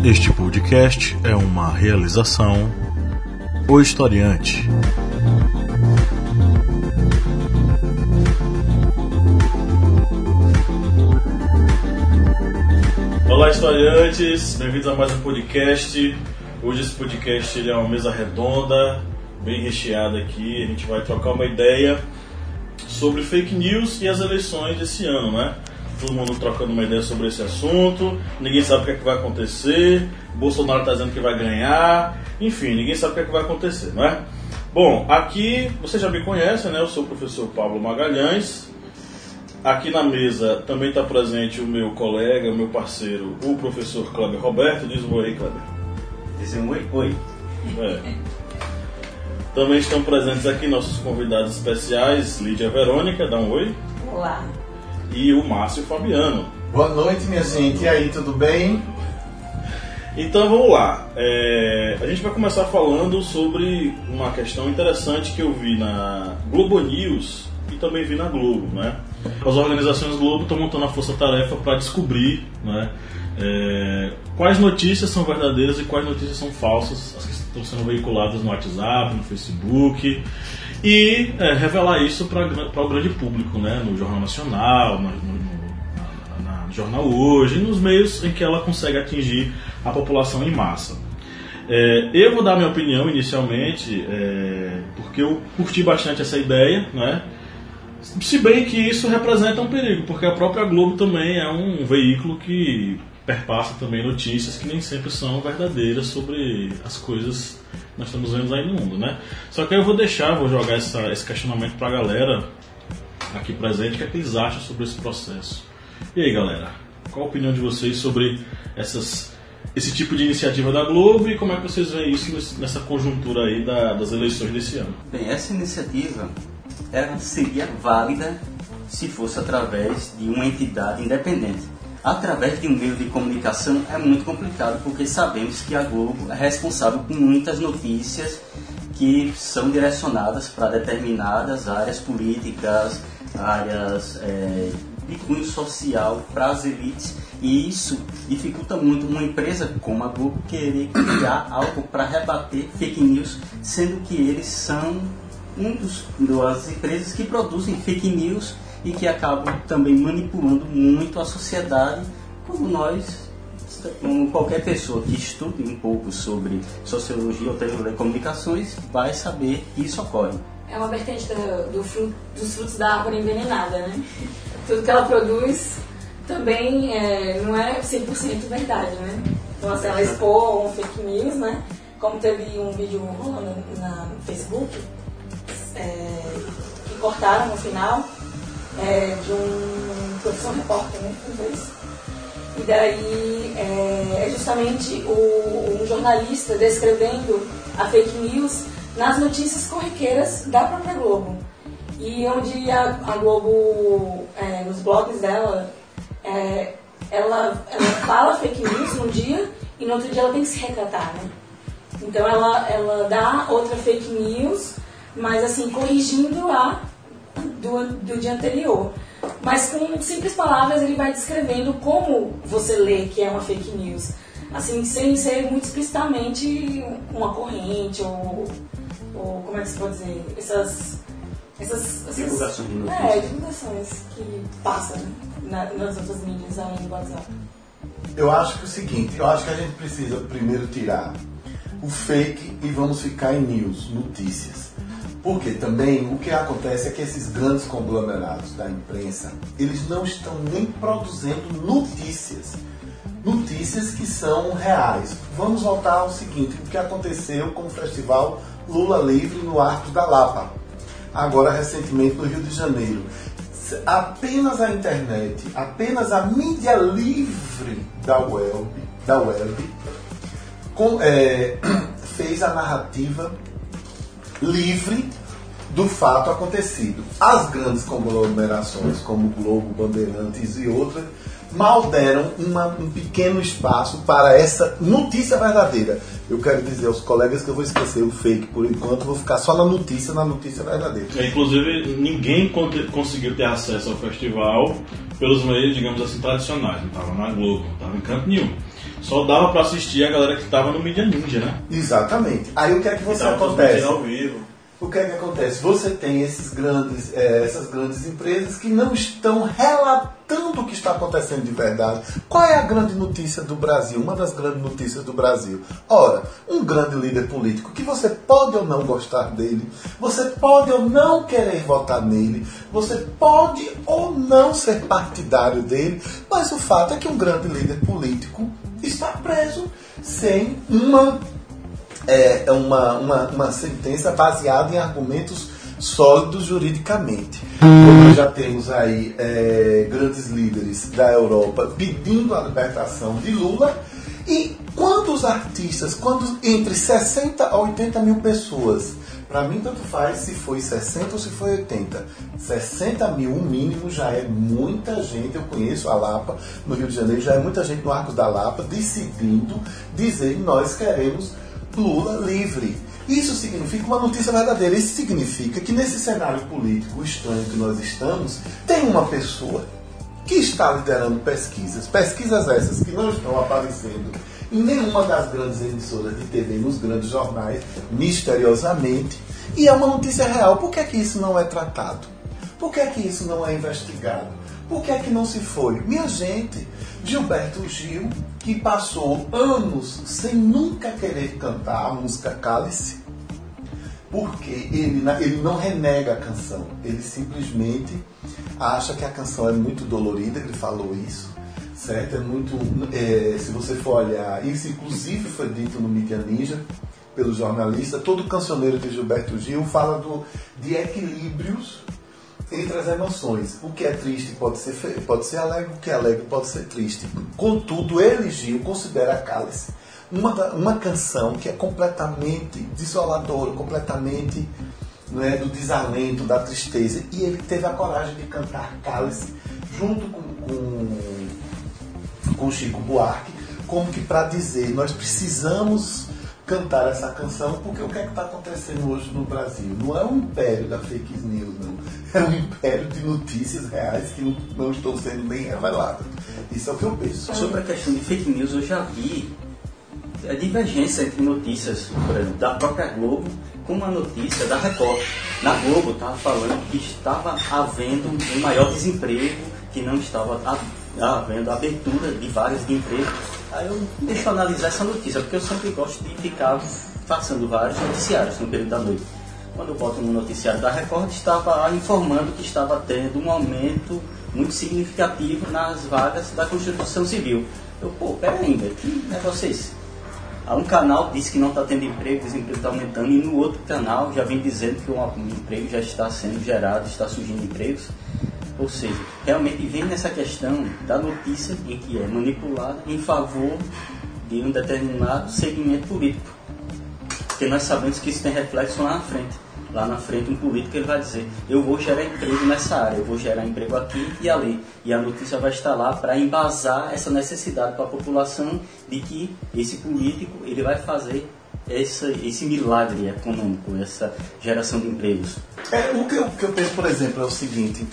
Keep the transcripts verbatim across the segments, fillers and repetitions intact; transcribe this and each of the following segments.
Este podcast é uma realização O Historiante. Olá, historiantes, bem-vindos a mais um podcast. Hoje esse podcast ele é uma mesa redonda, bem recheada aqui. A gente vai trocar uma ideia sobre fake news e as eleições desse ano, né? Todo mundo trocando uma ideia sobre esse assunto, ninguém sabe o que é que vai acontecer, Bolsonaro está dizendo que vai ganhar, enfim, ninguém sabe o que é que vai acontecer, não é? Bom, aqui, você já me conhece, né? Eu sou o professor Pablo Magalhães. Aqui na mesa também está presente o meu colega, o meu parceiro, o professor Kleber Roberto. Diz um oi, Kleber. Diz um oi, oi. É. Também estão presentes aqui nossos convidados especiais, Lídia Verônica, dá um oi. Olá. E o Márcio Fabiano. Boa noite, minha gente. E aí, tudo bem? Então vamos lá. É, a gente vai começar falando sobre uma questão interessante que eu vi na Globo News e também vi na Globo, né? As organizações Globo estão montando a força-tarefa para descobrir, né, é, quais notícias são verdadeiras e quais notícias são falsas, as que estão sendo veiculadas no WhatsApp, no Facebook, e é, revelar isso para o grande público, né, no Jornal Nacional, no, no, na, na, no Jornal Hoje, e nos meios em que ela consegue atingir a população em massa. É, eu vou dar minha opinião inicialmente, é, porque eu curti bastante essa ideia, né? Se bem que isso representa um perigo, porque a própria Globo também é um veículo que perpassa também notícias que nem sempre são verdadeiras sobre as coisas que nós estamos vendo aí no mundo, né? Só que eu vou deixar, vou jogar essa, esse questionamento para a galera aqui presente, o que é que eles acham sobre esse processo. E aí, galera, qual a opinião de vocês sobre essas, esse tipo de iniciativa da Globo e como é que vocês veem isso nessa conjuntura aí da, das eleições desse ano? Bem, essa iniciativa ela seria válida se fosse através de uma entidade independente. Através de um meio de comunicação é muito complicado, porque sabemos que a Globo é responsável por muitas notícias que são direcionadas para determinadas áreas políticas, áreas é, de cunho social, para as elites, e isso dificulta muito uma empresa como a Globo querer criar algo para rebater fake news, sendo que eles são um dos, das empresas que produzem fake news e que acabam também manipulando muito a sociedade, como nós, como qualquer pessoa que estude um pouco sobre sociologia ou telecomunicações vai saber que isso ocorre. É uma vertente do, do fruto, dos frutos da árvore envenenada, né? Tudo que ela produz também é, não é cem por cento verdade, né? Então, assim, ela expor um fake news, né? Como teve um vídeo rolando na, no Facebook, É, que cortaram no final é, de um professor repórter, né? E daí é, é justamente o, um jornalista descrevendo a fake news nas notícias corriqueiras da própria Globo. E onde a, a Globo, é, nos blogs dela, é, ela, ela fala fake news num dia e no outro dia ela tem que se retratar, né? Então ela, ela dá outra fake news, mas assim, corrigindo a do, do dia anterior. Mas com simples palavras ele vai descrevendo como você lê que é uma fake news. Assim, sem ser muito explicitamente uma corrente ou, ou como é que se pode dizer? Essas... essas, essas divulgações de notícias. É, divulgações que passam na, nas outras mídias além do WhatsApp. Eu acho que é o seguinte, eu acho que a gente precisa primeiro tirar o fake e vamos ficar em news, notícias. Porque também o que acontece é que esses grandes conglomerados da imprensa, eles não estão nem produzindo notícias. Notícias que são reais. Vamos voltar ao seguinte, o que aconteceu com o festival Lula Livre no Arcos da Lapa. Agora, recentemente, no Rio de Janeiro. Apenas a internet, apenas a mídia livre da web, da web com, é, fez a narrativa livre do fato acontecido. As grandes conglomerações, como Globo, Bandeirantes e outras, mal deram uma, um pequeno espaço para essa notícia verdadeira. Eu quero dizer aos colegas que eu vou esquecer o fake por enquanto, vou ficar só na notícia, na notícia verdadeira. É, inclusive, ninguém conseguiu ter acesso ao festival pelos meios, digamos assim, tradicionais. Não estava na Globo, não estava em canto nenhum. Só dava pra assistir a galera que tava no Mídia Ninja, né? Exatamente. Aí o que é que você que acontece? Ao vivo. O que é que acontece? Você tem esses grandes, é, essas grandes empresas que não estão relatando o que está acontecendo de verdade. Qual é a grande notícia do Brasil? Uma das grandes notícias do Brasil. Ora, um grande líder político que você pode ou não gostar dele, você pode ou não querer votar nele, você pode ou não ser partidário dele, mas o fato é que um grande líder político está preso sem uma... É uma, uma, uma sentença baseada em argumentos sólidos juridicamente. Como nós já temos aí é, grandes líderes da Europa pedindo a libertação de Lula, e quantos artistas, quantos, entre sessenta a oitenta mil pessoas, para mim tanto faz se foi sessenta ou se foi oitenta, sessenta mil, o mínimo, já é muita gente. Eu conheço a Lapa, no Rio de Janeiro, já é muita gente no Arco da Lapa decidindo dizer: nós queremos Lula livre. Isso significa uma notícia verdadeira. Isso significa que nesse cenário político estranho que nós estamos, tem uma pessoa que está liderando pesquisas. Pesquisas essas que não estão aparecendo em nenhuma das grandes emissoras de T V, nos grandes jornais, misteriosamente. E é uma notícia real. Por que é que isso não é tratado? Por que é que isso não é investigado? Por que é que não se foi? Minha gente, Gilberto Gil, que passou anos sem nunca querer cantar a música Cálice, porque ele, ele não renega a canção, ele simplesmente acha que a canção é muito dolorida, ele falou isso, certo? É muito, é, se você for olhar, isso inclusive foi dito no Mídia Ninja, pelo jornalista, todo cancioneiro de Gilberto Gil fala do, de equilíbrios entre as emoções. O que é triste pode ser, pode ser alegre, o que é alegre pode ser triste. Contudo, ele, Gil, considera Cálice uma, uma canção que é completamente desoladora, completamente, não é, do desalento, da tristeza. E ele teve a coragem de cantar Cálice junto com, com, com Chico Buarque, como que para dizer: nós precisamos cantar essa canção, porque o que é que está acontecendo hoje no Brasil? Não é um império da fake news, não. É um império de notícias reais que não, não estão sendo bem reveladas. Isso é o que eu penso. Sobre a questão de fake news, eu já vi a divergência entre notícias, por exemplo, da própria Globo com a notícia da Record. Na Globo estava falando que estava havendo um maior desemprego, que não estava havendo abertura de vagas de emprego. Aí eu deixo eu analisar essa notícia, porque eu sempre gosto de ficar passando vários noticiários no período da noite. Quando eu boto no noticiário da Record, estava informando que estava tendo um aumento muito significativo nas vagas da Constituição Civil. Eu, pô, peraí, velho, que negócio é esse? Há um canal disse que não está tendo emprego, o desemprego está aumentando, e no outro canal já vem dizendo que um emprego já está sendo gerado, está surgindo empregos. Ou seja, realmente vem nessa questão da notícia em que é manipulada em favor de um determinado segmento político. Porque nós sabemos que isso tem reflexo lá na frente. Lá na frente um político ele vai dizer: eu vou gerar emprego nessa área, eu vou gerar emprego aqui e ali. E a notícia vai estar lá para embasar essa necessidade para a população de que esse político ele vai fazer esse, esse milagre econômico, essa geração de empregos. É, o, que eu, o que eu penso, por exemplo, é o seguinte,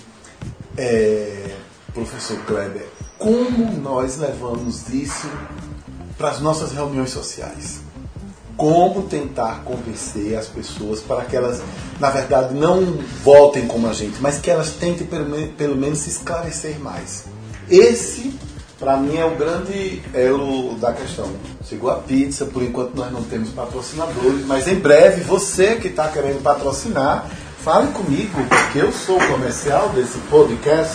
é, professor Kleber, como nós levamos isso para as nossas reuniões sociais? Como tentar convencer as pessoas para que elas, na verdade, não votem como a gente, mas que elas tentem pelo, pelo menos se esclarecer mais. Esse, para mim, é o grande elo da questão. Chegou a pizza, por enquanto nós não temos patrocinadores, mas em breve, você que está querendo patrocinar, fale comigo, porque eu sou o comercial desse podcast.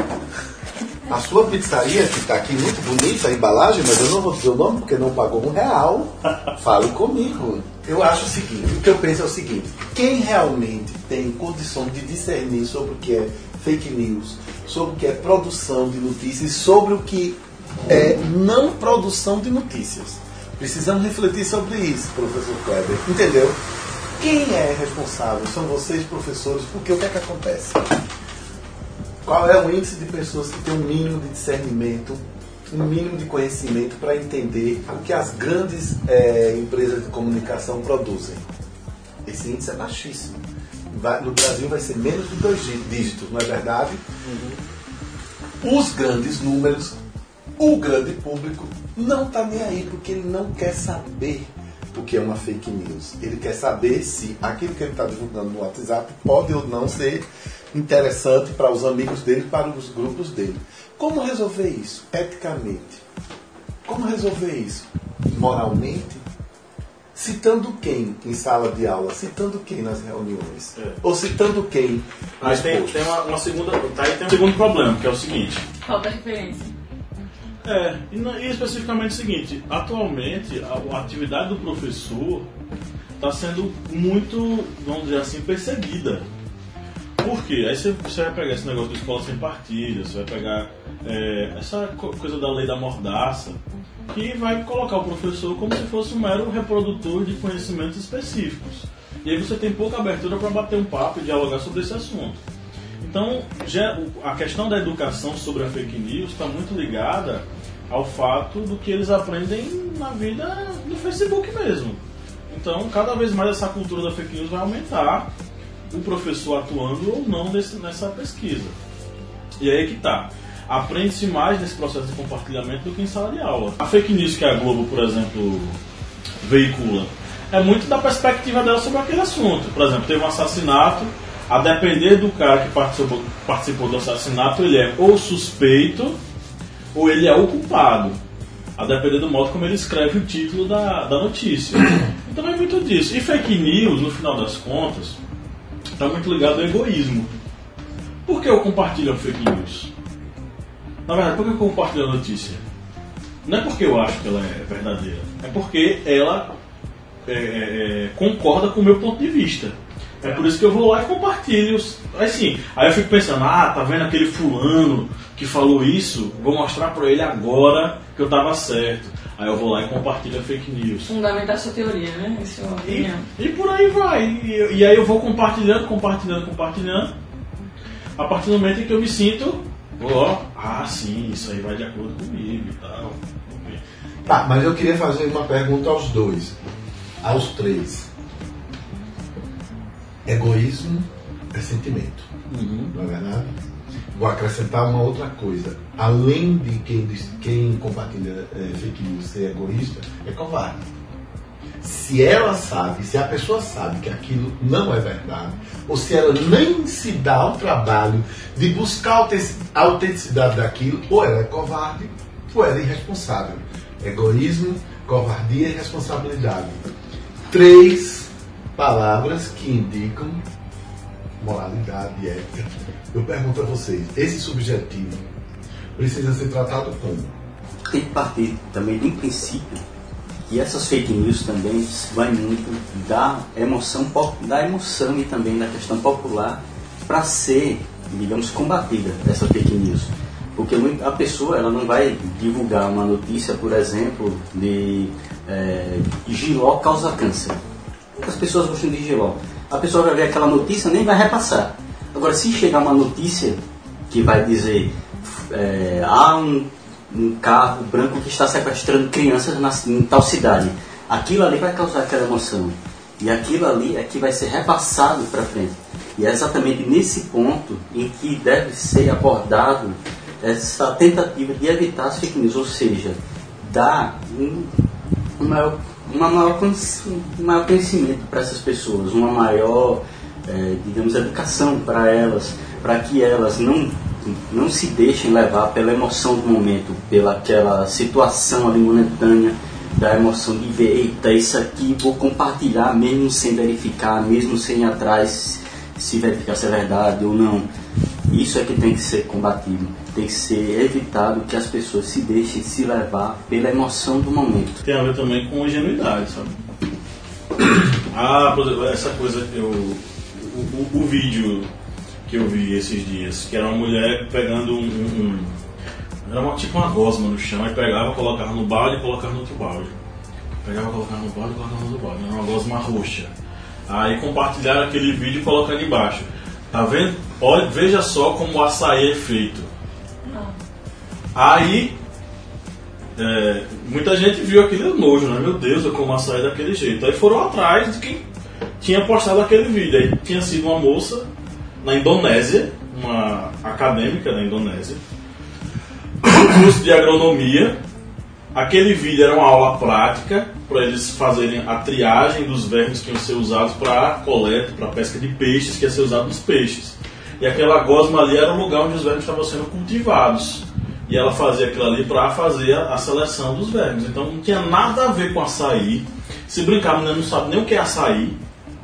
A sua pizzaria, que está aqui muito bonita a embalagem, mas eu não vou dizer o nome porque não pagou um real. Fale comigo. Eu acho o seguinte, o que eu penso é o seguinte: quem realmente tem condição de discernir sobre o que é fake news, sobre o que é produção de notícias, sobre o que é não produção de notícias. Precisamos refletir sobre isso, professor Kleber. Entendeu? Quem é responsável? São vocês, professores, porque o que é que acontece? Qual é o índice de pessoas que têm um mínimo de discernimento, um mínimo de conhecimento para entender o que as grandes é, empresas de comunicação produzem? Esse índice é baixíssimo. Vai, no Brasil vai ser menos de dois dígitos, não é verdade? Uhum. Os grandes números O grande público não está nem aí, porque ele não quer saber o que é uma fake news. Ele quer saber se aquilo que ele está divulgando no WhatsApp pode ou não ser interessante para os amigos dele, para os grupos dele. Como resolver isso? Eticamente. Como resolver isso? Moralmente? Citando quem em sala de aula? Citando quem nas reuniões? É. Ou citando quem Mas tem, tem uma, uma segunda, tá, aí tem um segundo problema, que é o seguinte. Falta referência. É, e, e especificamente o seguinte, atualmente a, a atividade do professor está sendo muito, vamos dizer assim, perseguida. Por quê? Aí você, você vai pegar esse negócio de escola sem partilha, você vai pegar é, essa coisa da lei da mordaça, que vai colocar o professor como se fosse um mero reprodutor de conhecimentos específicos. E aí você tem pouca abertura para bater um papo e dialogar sobre esse assunto. Então, já, a questão da educação sobre a fake news está muito ligada ao fato do que eles aprendem na vida do Facebook mesmo. Então, cada vez mais essa cultura da fake news vai aumentar, o professor atuando ou não desse, nessa pesquisa. E aí que tá. Aprende-se mais nesse processo de compartilhamento do que em sala de aula. A fake news que a Globo, por exemplo, veicula, é muito da perspectiva dela sobre aquele assunto. Por exemplo, teve um assassinato, a depender do cara que participou, participou do assassinato, ele é ou suspeito ou ele é o culpado. A depender do modo como ele escreve o título da, da notícia. Então é muito disso. E fake news, no final das contas, está muito ligado ao egoísmo. Por que eu compartilho a fake news? Na verdade, por que eu compartilho a notícia? Não é porque eu acho que ela é verdadeira, é porque ela é, é, concorda com o meu ponto de vista. É por isso que eu vou lá e compartilho. Assim, aí eu fico pensando, ah, tá vendo aquele fulano que falou isso? Vou mostrar pra ele agora que eu tava certo. Aí eu vou lá e compartilho a fake news. Fundamentar sua teoria, né? Esse é o e, e por aí vai. E, e aí eu vou compartilhando, compartilhando, compartilhando. A partir do momento em que eu me sinto, ó, ah, sim, isso aí vai de acordo comigo e tal. Tá, mas eu queria fazer uma pergunta aos dois, aos três. Egoísmo é sentimento, uhum. Não é verdade? Vou acrescentar uma outra coisa. Além de quem, quem compartilha é, fake news ser egoísta, é covarde. Se ela sabe, se a pessoa sabe que aquilo não é verdade, ou se ela nem se dá ao trabalho de buscar a autenticidade daquilo, ou ela é covarde, ou ela é irresponsável. Egoísmo, covardia e responsabilidade. Três palavras que indicam moralidade e ética. Eu pergunto a vocês, esse subjetivo precisa ser tratado como? Tem que partir também de um princípio que essas fake news também vai muito da emoção, da emoção e também da questão popular para ser, digamos, combatida essa fake news. Porque a pessoa ela não vai divulgar uma notícia, por exemplo, de é, Giló causa câncer. As pessoas gostam de Giló. A pessoa vai ver aquela notícia e nem vai repassar. Agora, se chegar uma notícia que vai dizer é, há um, um carro branco que está sequestrando crianças na, em tal cidade, aquilo ali vai causar aquela emoção. E aquilo ali é que vai ser repassado para frente. E é exatamente nesse ponto em que deve ser abordado essa tentativa de evitar as fake news, ou seja, dar um, um maior, uma maior, um maior conhecimento para essas pessoas, uma maior, é, digamos, educação para elas, para que elas não, não se deixem levar pela emoção do momento, pela aquela situação ali momentânea, da emoção de ver, eita, isso aqui vou compartilhar mesmo sem verificar, mesmo sem ir atrás se verificar se é verdade ou não. Isso é que tem que ser combatido, tem que ser evitado que as pessoas se deixem se levar pela emoção do momento. Tem a ver também com ingenuidade, sabe? Ah, por exemplo, essa coisa que eu... O, o, o vídeo que eu vi esses dias, que era uma mulher pegando um... um era uma, tipo uma gosma no chão, e pegava, colocava no balde e colocava no outro balde. Pegava, colocava no balde e colocava no outro balde. Era uma gosma roxa. Aí compartilharam aquele vídeo e colocaram embaixo. Tá vendo? Olha, veja só como o açaí é feito. Não. Aí, é, muita gente viu aquele nojo, né? Meu Deus, eu como açaí daquele jeito. Aí foram atrás de quem tinha postado aquele vídeo. Aí tinha sido uma moça na Indonésia, uma acadêmica da Indonésia, curso de agronomia. Aquele vídeo era uma aula prática para eles fazerem a triagem dos vermes que iam ser usados para coleta, para pesca de peixes, que ia ser usado nos peixes. E aquela gosma ali era o lugar onde os vermes estavam sendo cultivados. E ela fazia aquilo ali para fazer a, a seleção dos vermes. Então não tinha nada a ver com açaí. Se brincar, a menina não sabe nem o que é açaí.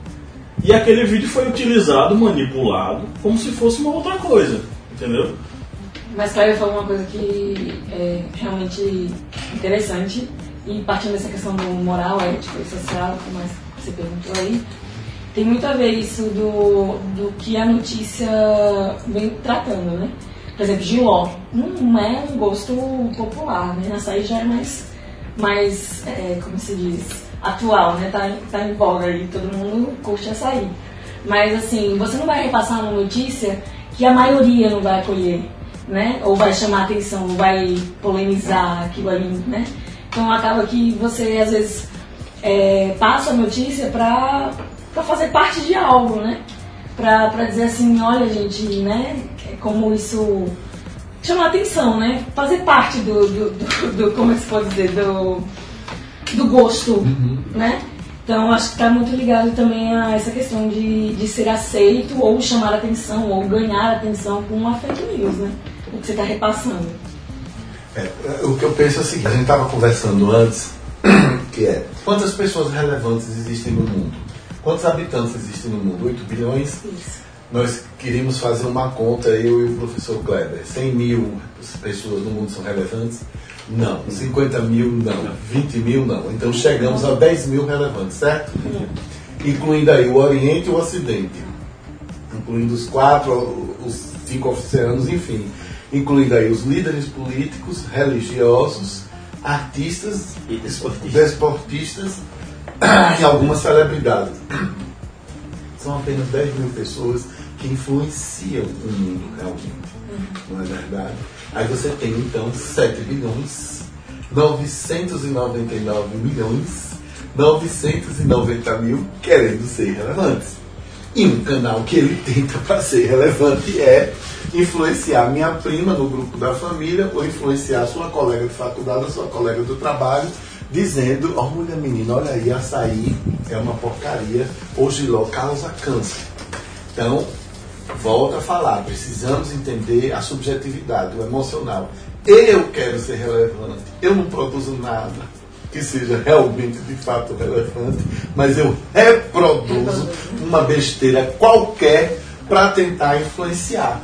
E aquele vídeo foi utilizado, manipulado, como se fosse uma outra coisa. Entendeu? Mas Cléber falou uma coisa que é realmente interessante, e partindo dessa questão do moral, ético e social, como você perguntou aí, tem muito a ver isso do, do que a notícia vem tratando, né? Por exemplo, Giló não é um gosto popular, né? Açaí já é mais, mais é, como se diz, atual, né? Tá, tá em voga aí, todo mundo curte açaí. Mas assim, você não vai repassar uma notícia que a maioria não vai acolher, né? Ou vai chamar atenção, ou vai polemizar aquilo ali, né? Então acaba que você às vezes é, passa a notícia para para fazer parte de algo, né? Para dizer assim, olha gente, né? Como isso chama atenção, né? Fazer parte do, do, do, do como se pode dizer, do, do gosto, uhum. Né? Então acho que está muito ligado também a essa questão de, de ser aceito ou chamar atenção ou ganhar atenção com uma fake news, né? O que você está repassando. É, o que eu penso é o seguinte, a gente estava conversando antes, que é, quantas pessoas relevantes existem no mundo? Quantos habitantes existem no mundo? oito bilhões? Isso. Nós queríamos fazer uma conta, eu e o professor Kleber. cem mil pessoas no mundo são relevantes? Não. cinquenta mil? Não. vinte mil? Não. Então chegamos a dez mil relevantes, certo? Não. Incluindo aí o Oriente e o Ocidente. Incluindo os quatro, os cinco oceanos, enfim. Incluindo aí os líderes políticos, religiosos, artistas, e desportistas. desportistas e algumas celebridades. São apenas dez mil pessoas que influenciam o mundo realmente. Uhum. Não é verdade? Aí você tem então sete bilhões, novecentos e noventa e nove milhões, novecentos e noventa mil querendo ser relevantes. E um canal que ele tenta para ser relevante é influenciar minha prima no grupo da família, ou influenciar sua colega de faculdade, a sua colega do trabalho, dizendo, ó, oh, mulher menina, olha aí, açaí é uma porcaria, ou Giló causa câncer. Então, volta a falar, precisamos entender a subjetividade, o emocional. Eu quero ser relevante, eu não produzo nada que seja realmente, de fato, relevante, mas eu reproduzo uma besteira qualquer para tentar influenciar.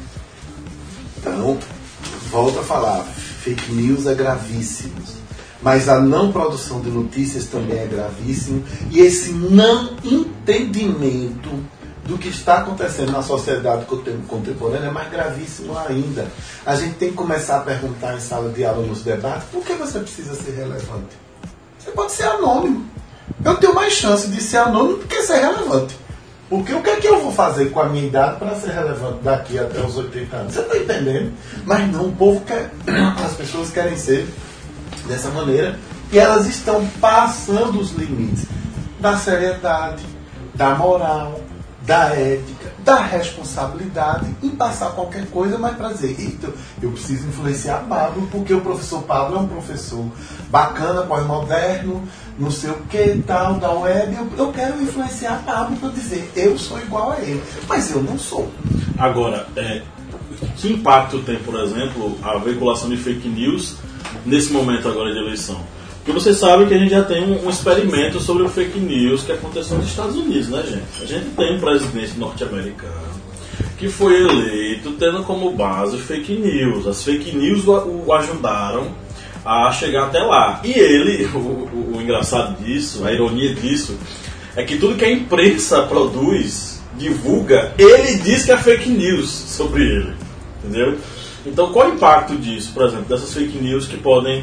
Então, volto a falar, fake news é gravíssimo, mas a não produção de notícias também é gravíssimo, e esse não entendimento do que está acontecendo na sociedade contemporânea é mais gravíssimo ainda. A gente tem que começar a perguntar em sala de aula, nos debates, por que você precisa ser relevante? Você pode ser anônimo. Eu tenho mais chance de ser anônimo do que ser relevante. Porque o que é que eu vou fazer com a minha idade para ser relevante daqui até os oitenta anos? Você está entendendo? Mas não, o povo quer, as pessoas querem ser dessa maneira, e elas estão passando os limites da seriedade, da moral, da ética, da responsabilidade em passar qualquer coisa, mas para dizer, eita, eu preciso influenciar Pablo, porque o professor Pablo é um professor bacana, pós-moderno, não sei o que, tal, da web, eu, eu quero influenciar Pablo para dizer, eu sou igual a ele, mas eu não sou. Agora, é, que impacto tem, por exemplo, a veiculação de fake news nesse momento agora de eleição? Porque vocês sabem que a gente já tem um, um experimento sobre o fake news que aconteceu nos Estados Unidos, né, gente? A gente tem um presidente norte-americano que foi eleito tendo como base fake news. As fake news o, o ajudaram a chegar até lá. E ele, o, o, o engraçado disso, a ironia disso, é que tudo que a imprensa produz, divulga, ele diz que é fake news sobre ele. Entendeu? Então, qual é o impacto disso, por exemplo, dessas fake news que podem...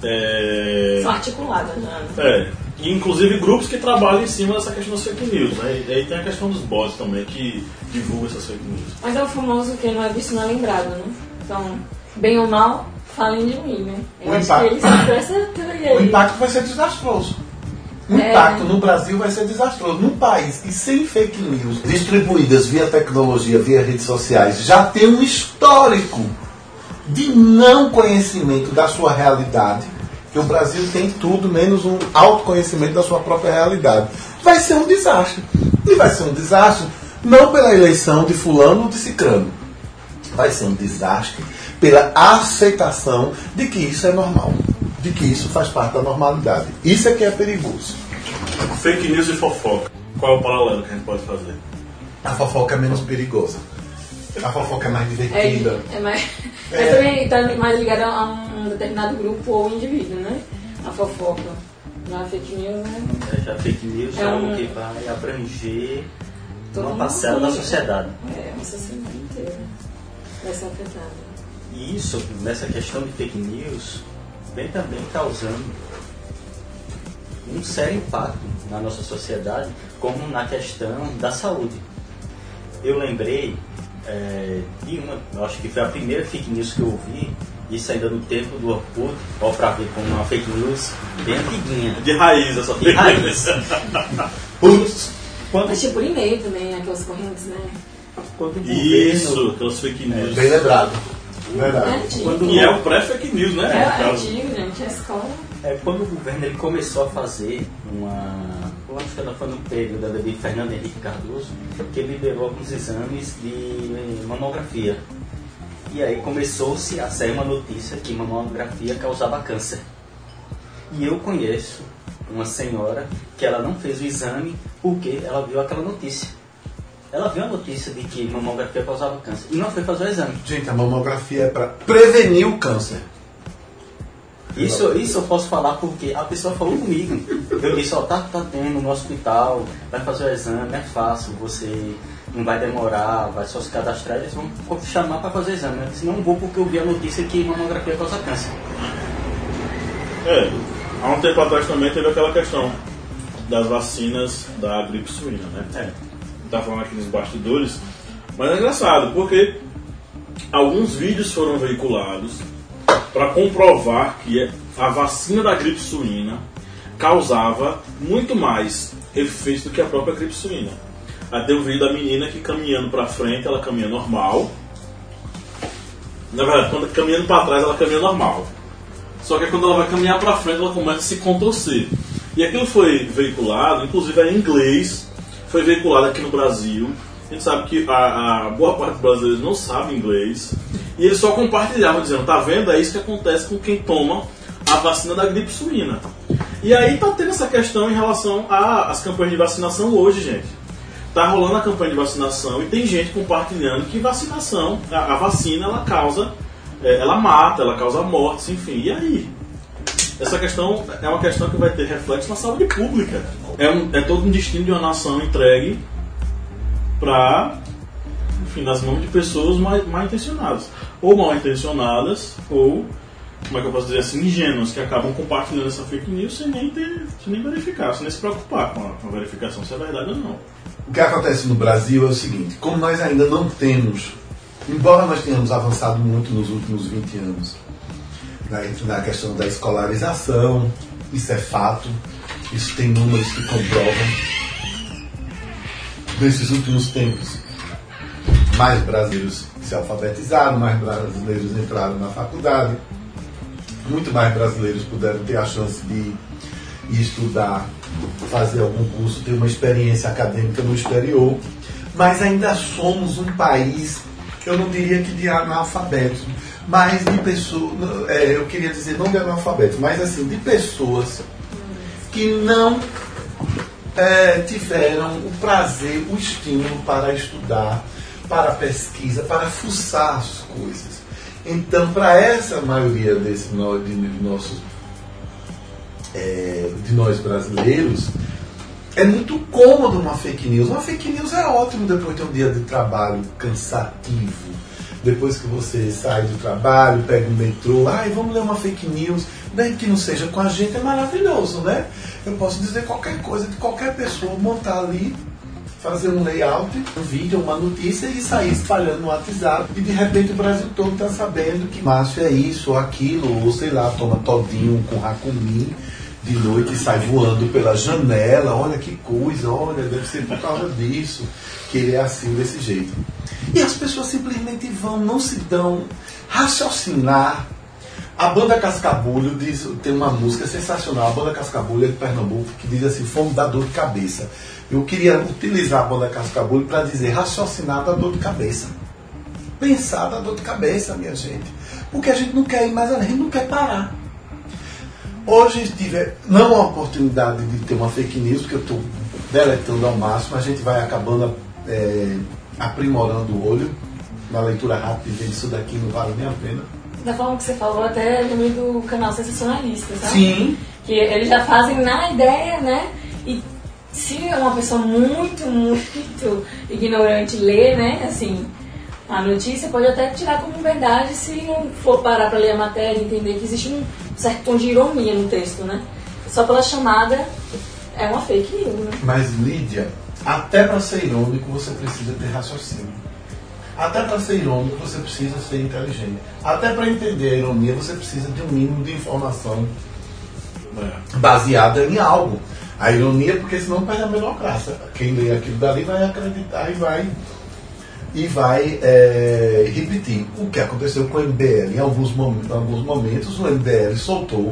É... São articuladas, né? É, e inclusive grupos que trabalham em cima dessa questão das fake news, né? E aí tem a questão dos bots também, que divulgam essas fake news. Mas é o famoso que não é visto, não é lembrado, né? Então, bem ou mal, falem de mim, né? Eu o acho impacto, que eles sempre essa teoria aí. O impacto vai ser desastroso. O É. impacto no Brasil vai ser desastroso. Num país que sem fake news distribuídas via tecnologia, via redes sociais, já tem um histórico de não conhecimento da sua realidade, que o Brasil tem tudo menos um autoconhecimento da sua própria realidade, vai ser um desastre. E vai ser um desastre não pela eleição de fulano ou de cicrano. Vai ser um desastre pela aceitação de que isso é normal, de que isso faz parte da normalidade. Isso é que é perigoso. Fake news e fofoca. Qual é o paralelo que a gente pode fazer? A fofoca é menos perigosa. A fofoca é mais divertida. É, é mais, É. mas também está mais ligada a um determinado grupo ou indivíduo, né? A fofoca. Na fake news, né? É, já fake news é, É algo um- que vai abranger Todo uma mundo parcela da sabe, né? sociedade. É, uma sociedade inteira vai ser afetada. E isso, nessa questão de fake news, vem também causando um sério impacto na nossa sociedade, como na questão da saúde. Eu lembrei é, de uma, eu acho que foi a primeira fake news que eu ouvi, isso ainda no tempo do Orkut, ó, pra ver como uma fake news bem antiguinha. De raiz essa De fake raiz. news. Putz, Quando, Mas tipo por e-mail também, aquelas correntes, né? quando o Isso, governo... aquelas fake news. bem lembrado. É Verdade. antigo. Quando- E é o pré-fake news, né? É, No é caso. antigo, gente. A escola. É, quando o governo ele começou a fazer uma... Eu acho que ela foi no período da de Fernando Henrique Cardoso, que ele liberou alguns exames de mamografia. E aí começou-se a sair uma notícia que mamografia causava câncer. E eu conheço uma senhora que ela não fez o exame porque ela viu aquela notícia. Ela viu a notícia de que mamografia causava câncer e não foi fazer o exame. Gente, a mamografia é para prevenir o câncer. Isso, isso eu posso falar porque a pessoa falou comigo. Eu disse, ó, tá, tá tendo no hospital, vai fazer o exame, é fácil, você não vai demorar, vai só se cadastrar, eles vão chamar para fazer o exame. Eu disse, não vou porque eu vi a notícia que mamografia causa câncer. É, há um tempo atrás também teve aquela questão das vacinas da gripe suína, né? É. Tá falando aqui nos bastidores, mas é engraçado porque alguns vídeos foram veiculados para comprovar que a vacina da gripe suína causava muito mais efeitos do que a própria gripe suína. Aí tem um vídeo da menina que caminhando para frente ela caminha normal, na verdade quando caminhando para trás ela caminha normal, só que quando ela vai caminhar para frente ela começa a se contorcer. E aquilo foi veiculado, inclusive é em inglês. Foi veiculado aqui no Brasil. A gente sabe que a, a boa parte dos brasileiros não sabe inglês. E eles só compartilhavam dizendo, tá vendo? É isso que acontece com quem toma a vacina da gripe suína. E aí tá tendo essa questão em relação às campanhas de vacinação hoje, gente. Tá rolando a campanha de vacinação e tem gente compartilhando que vacinação, a, a vacina ela causa, é, ela mata, ela causa mortes, enfim. E aí? Essa questão é uma questão que vai ter reflexo na saúde pública. É, um, é todo um destino de uma nação entregue para, enfim, nas mãos de pessoas mal, mal intencionadas. Ou mal intencionadas, ou, como é que eu posso dizer assim, ingênuas, que acabam compartilhando essa fake news sem nem, ter, sem nem verificar, sem nem se preocupar com a, com a verificação se é verdade ou não. O que acontece no Brasil é o seguinte, como nós ainda não temos, embora nós tenhamos avançado muito nos últimos vinte anos, na, na questão da escolarização, isso é fato, isso tem números que comprovam. Nesses últimos tempos, mais brasileiros se alfabetizaram, mais brasileiros entraram na faculdade, muito mais brasileiros puderam ter a chance de ir estudar, fazer algum curso, ter uma experiência acadêmica no exterior, mas ainda somos um país, eu não diria que de analfabetos, mas de pessoas, é, eu queria dizer não de analfabetos, mas assim, de pessoas que não é, tiveram o prazer, o estímulo para estudar, para pesquisa, para fuçar as coisas. Então, para essa maioria desse, de, nossos, é, de nós brasileiros, é muito cômodo uma fake news. Uma fake news é ótimo depois de um dia de trabalho cansativo. Depois que você sai do trabalho, pega um metrô, ai, vamos ler uma fake news, nem que não seja com a gente, é maravilhoso, né? Eu posso dizer qualquer coisa de qualquer pessoa, montar ali, fazer um layout, um vídeo, uma notícia e sair espalhando no WhatsApp. E de repente o Brasil todo está sabendo que Márcio é isso ou aquilo, ou sei lá, toma todinho com racumim. de noite e sai voando pela janela, olha que coisa, olha, deve ser por causa disso que ele é assim, desse jeito. E as pessoas simplesmente vão, não se dão raciocinar. A banda Cascabulho diz, tem uma música sensacional, a banda Cascabulho é de Pernambuco, que diz assim, fome da dor de cabeça. Eu queria utilizar a banda Cascabulho para dizer raciocinar da dor de cabeça. Pensar da dor de cabeça, minha gente. Porque a gente não quer ir mais além, a gente não quer parar. Hoje tive não a oportunidade de ter uma fake news, porque eu estou deletando ao máximo, a gente vai acabando é, aprimorando o olho na leitura rápida e vendo isso daqui não vale nem a pena. Da forma que você falou, até no meio do canal Sensacionalista, sabe? Sim. Que eles já fazem na ideia, né? E se uma pessoa muito, muito ignorante ler, né? Assim, a notícia pode até tirar como verdade se não for parar para ler a matéria e entender que existe um certo tom de ironia no texto, né? Só pela chamada é uma fake news, né? Mas, Lídia, até para ser irônico você precisa ter raciocínio. Até para ser irônico você precisa ser inteligente. Até para entender a ironia você precisa de um mínimo de informação baseada em algo. A ironia, porque senão perde a menor graça. Quem lê aquilo dali vai acreditar e vai, e vai é, repetir. O que aconteceu com o M B L? Em alguns, mom- em alguns momentos o M B L soltou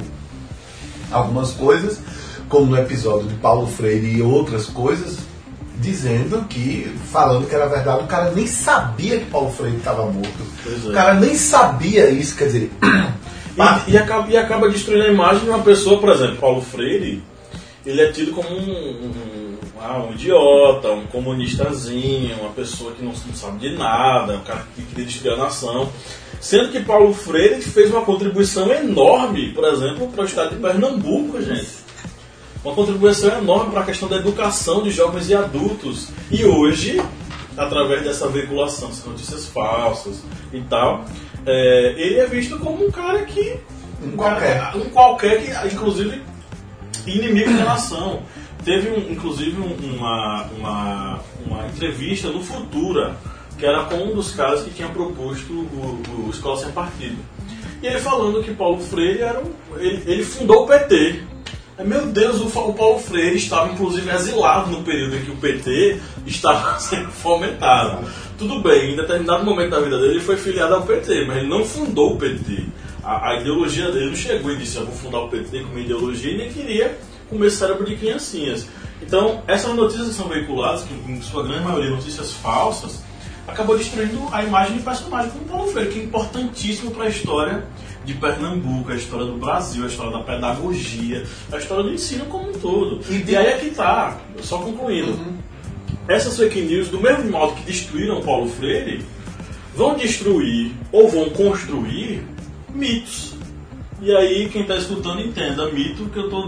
algumas coisas, como no episódio de Paulo Freire e outras coisas, dizendo que, falando que era verdade, o cara nem sabia que Paulo Freire estava morto. Pois é. O cara nem sabia isso, quer dizer... E, e, acaba, e acaba destruindo a imagem de uma pessoa, por exemplo, Paulo Freire, ele é tido como um, um, ah, um idiota, um comunistazinho, uma pessoa que não, não sabe de nada, um cara que queria destruir a nação. Sendo que Paulo Freire fez uma contribuição enorme, por exemplo, para o estado de Pernambuco, gente. Uma contribuição enorme para a questão da educação de jovens e adultos. E hoje, através dessa veiculação, essas notícias falsas e tal, é, ele é visto como um cara que... Um qualquer. Cara, um qualquer que, inclusive, inimigo da nação. Teve, um, inclusive, um, uma, uma, uma entrevista no Futura, que era com um dos caras que tinha proposto o, o Escola Sem Partido. E ele falando que Paulo Freire era um, ele, ele fundou o P T. Meu Deus, o Paulo Freire estava inclusive exilado no período em que o P T estava sendo fomentado. Tudo bem, em determinado momento da vida dele ele foi filiado ao P T, mas ele não fundou o P T. A, a ideologia dele não chegou e disse, eu vou fundar o P T como ideologia, e nem queria comer cérebro de criancinhas. Então, essas notícias que são veiculadas, que em sua grande maioria notícias falsas, acabou destruindo a imagem de personagem como Paulo Freire, que é importantíssimo para a história de Pernambuco, a história do Brasil, a história da pedagogia, a história do ensino como um todo. E, de... e aí é que está, só concluindo, uhum. Essas fake news, do mesmo modo que destruíram Paulo Freire, vão destruir ou vão construir mitos. E aí quem está escutando entenda, mito que eu estou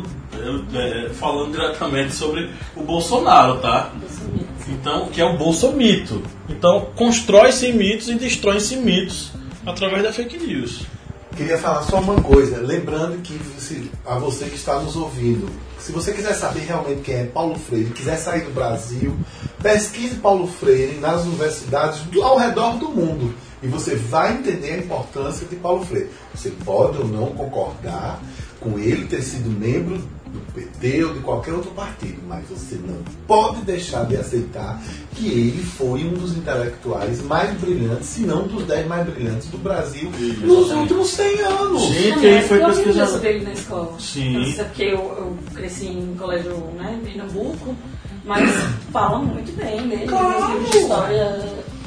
é, falando diretamente sobre o Bolsonaro, tá? Então, que é o bolsomito. Então, constrói-se mitos e destrói-se mitos através da fake news. Queria falar só uma coisa, lembrando que se, a você que está nos ouvindo, se você quiser saber realmente quem é Paulo Freire, quiser sair do Brasil, pesquise Paulo Freire nas universidades ao redor do mundo e você vai entender a importância de Paulo Freire. Você pode ou não concordar com ele ter sido membro do P T ou de qualquer outro partido, mas você não pode deixar de aceitar que ele foi um dos intelectuais mais brilhantes, se não dos dez mais brilhantes do Brasil Sim, nos últimos cem anos. Gente, ele foi pesquisador. Eu sobre ele na escola. Sim. Não sei porque eu, eu cresci em colégio, né, em Pernambuco, mas falam muito bem dele, claro. Livros de história.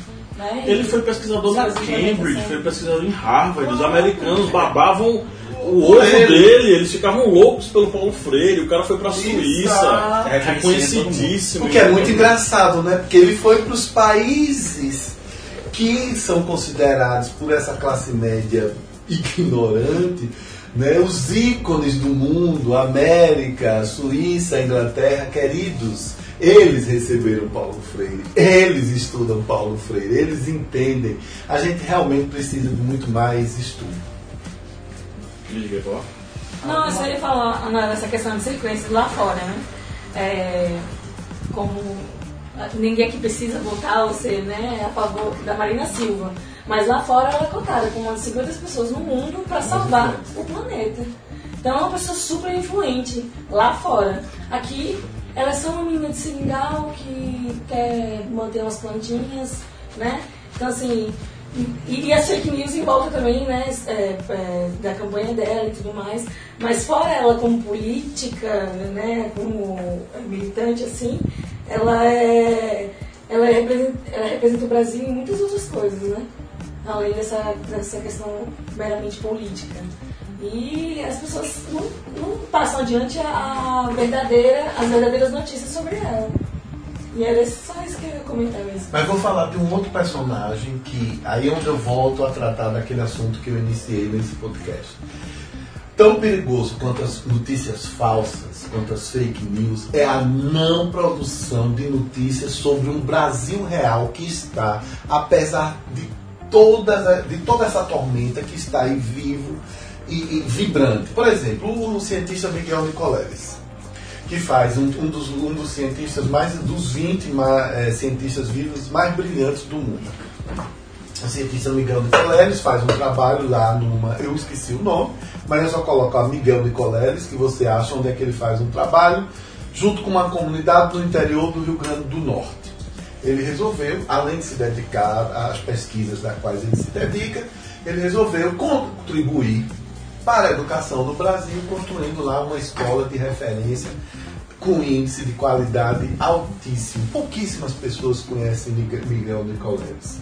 Né, ele foi pesquisador na Cambridge, foi pesquisador em Harvard. Os americanos babavam o ovo dele, eles ficavam loucos pelo Paulo Freire. O cara foi pra Suíça, é reconhecidíssimo. Porque é muito engraçado, né? Porque ele foi para os países que são considerados por essa classe média ignorante, né? Os ícones do mundo, América, Suíça, Inglaterra, queridos. Eles receberam Paulo Freire, eles estudam Paulo Freire, eles entendem. A gente realmente precisa de muito mais estudo. Não, eu só ia falar nessa questão de sequência lá fora, né? É, como ninguém aqui precisa votar ou ser, né, a favor da Marina Silva, mas lá fora ela é cotada com umas cinquenta pessoas no mundo para salvar o planeta. Então é uma pessoa super influente lá fora. Aqui, ela é só uma menina de seringal que quer manter umas plantinhas, né? Então, assim, e, e as fake news em volta também, né? É, é, da campanha dela e tudo mais. Mas fora ela como política, né? Como militante, assim, ela é... Ela representa, ela representa o Brasil em muitas outras coisas, né? Além dessa, dessa questão meramente política. E as pessoas não, não passam adiante a verdadeira, as verdadeiras notícias sobre ela. E era só isso que eu ia comentar mesmo. Mas vou falar de um outro personagem que aí é onde eu volto a tratar daquele assunto que eu iniciei nesse podcast. Tão perigoso quanto as notícias falsas, quanto as fake news, é a não produção de notícias sobre um Brasil real que está, apesar de toda, de toda essa tormenta, que está aí vivo e, e vibrante. Por exemplo, o cientista Miguel Nicoleles, que faz um, um, dos, um dos cientistas mais, dos vinte é, cientistas vivos mais brilhantes do mundo. O cientista Miguel Nicoleles faz um trabalho lá numa... Eu esqueci o nome, mas é só colocar Miguel Nicoleles, que você acha onde é que ele faz um trabalho, junto com uma comunidade do interior do Rio Grande do Norte. Ele resolveu, além de se dedicar às pesquisas das quais ele se dedica, ele resolveu contribuir para a educação do Brasil, construindo lá uma escola de referência com índice de qualidade altíssimo. Pouquíssimas pessoas conhecem Miguel Nicoleles.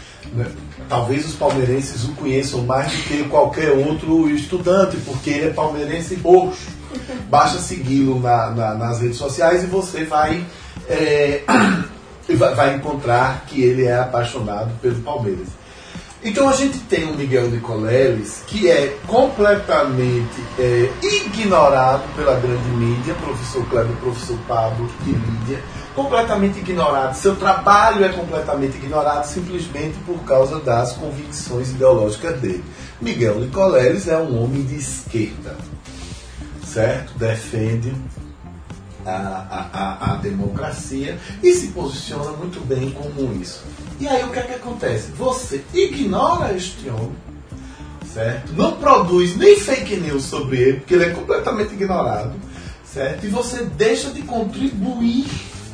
Talvez os palmeirenses o conheçam mais do que qualquer outro estudante, porque ele é palmeirense roxo. Basta segui-lo na, na, nas redes sociais e você vai, é, vai encontrar que ele é apaixonado pelo Palmeiras. Então a gente tem o Miguel Nicoleles, que é completamente é, ignorado pela grande mídia, professor Kleber, professor Pablo e Lídia, completamente ignorado. Seu trabalho é completamente ignorado simplesmente por causa das convicções ideológicas dele. Miguel Nicoleles é um homem de esquerda, certo? Defende a, a, a, a democracia e se posiciona muito bem como isso. E aí o que é que acontece? Você ignora este homem, certo? Não produz nem fake news sobre ele, porque ele é completamente ignorado, certo? E você deixa de contribuir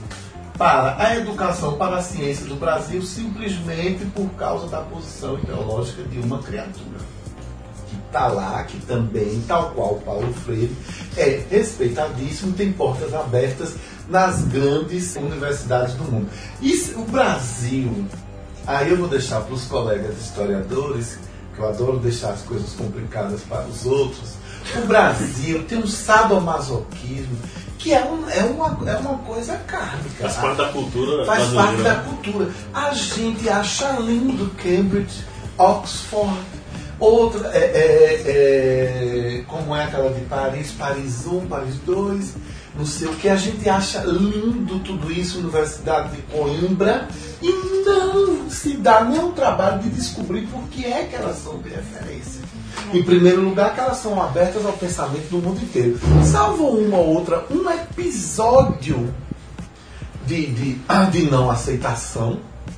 para a educação, para a ciência do Brasil, simplesmente por causa da posição ideológica de uma criatura que está lá, que também, tal qual Paulo Freire, é respeitadíssimo, tem portas abertas nas grandes universidades do mundo. Isso, o Brasil, aí eu vou deixar para os colegas historiadores, que eu adoro deixar as coisas complicadas para os outros, o Brasil tem um sadomasoquismo que é, um, é, uma, é uma coisa kármica. Faz parte da cultura. Faz parte da cultura. A gente acha lindo Cambridge, Oxford, outra, é, é, é, como é aquela de Paris, Paris um, Paris dois, não sei o que, a gente acha lindo tudo isso, Universidade de Coimbra, e não se dá nenhum trabalho de descobrir por que é que elas são de referência. Em primeiro lugar, que elas são abertas ao pensamento do mundo inteiro. Salvo uma ou outra, um episódio de, de, de não aceitação,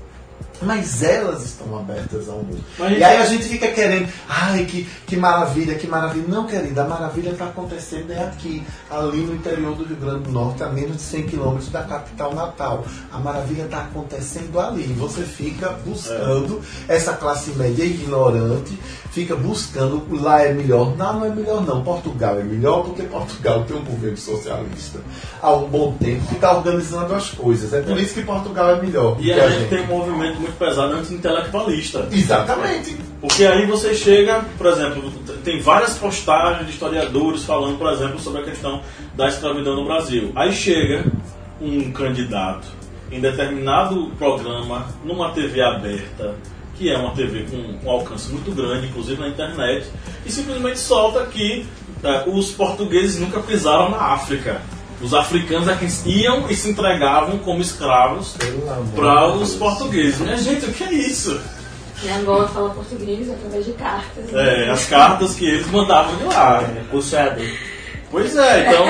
mas elas estão abertas ao mundo. Mas e aí a gente fica querendo, ai, que, que maravilha, que maravilha. Não, querida, a maravilha está acontecendo é aqui, ali no interior do Rio Grande do Norte, a menos de cem quilômetros da capital natal. A maravilha está acontecendo ali. Você fica buscando é. essa classe média ignorante, fica buscando, lá é melhor. Não, não é melhor não. Portugal é melhor porque Portugal tem um governo socialista há um bom tempo que está organizando as coisas. É por é. isso que Portugal é melhor. E a, a gente tem um movimento muito pesado anti-intelectualista. Exatamente. Porque aí você chega, por exemplo, tem várias postagens de historiadores falando, por exemplo, sobre a questão da escravidão no Brasil. Aí chega um candidato em determinado programa, numa T V aberta, que é uma T V com um alcance muito grande, inclusive na internet, e simplesmente solta que é, os portugueses nunca pisaram na África. Os africanos é que iam e se entregavam como escravos para os portugueses. Minha gente, o que é isso? E Angola fala português através de cartas. Né? É, as cartas que eles mandavam de lá. O C A D. Pois é, então...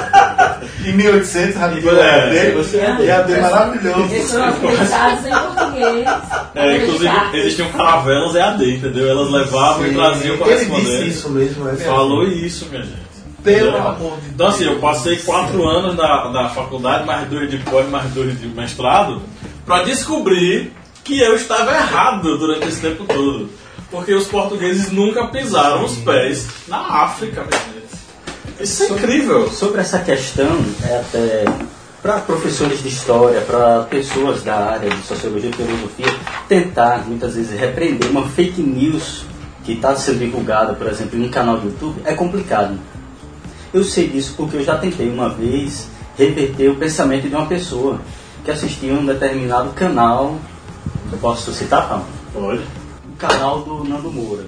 Em mil e oitocentos, radicou o E A D. E A D maravilhoso. Eles foram pensados em português. português. É, inclusive, existiam caravelas E A D, entendeu? Elas levavam Sim. e traziam para Ele responder. disse isso mesmo, é verdade. Falou isso, minha gente. Pelo É. amor de Deus. Então assim, eu passei quatro anos na, na faculdade, mais dois de pós, mais dois de mestrado, para descobrir que eu estava errado durante esse tempo todo. Porque os portugueses nunca pisaram os pés na África, minha gente. Isso é incrível. Sobre essa questão, é até para professores de história, para pessoas da área de sociologia e filosofia, tentar muitas vezes repreender uma fake news que está sendo divulgada, por exemplo, em um canal do YouTube, é complicado. Eu sei disso porque eu já tentei uma vez reverter o pensamento de uma pessoa que assistia um determinado canal. Eu posso citar, Paulo? Olha. O canal do Nando Moura.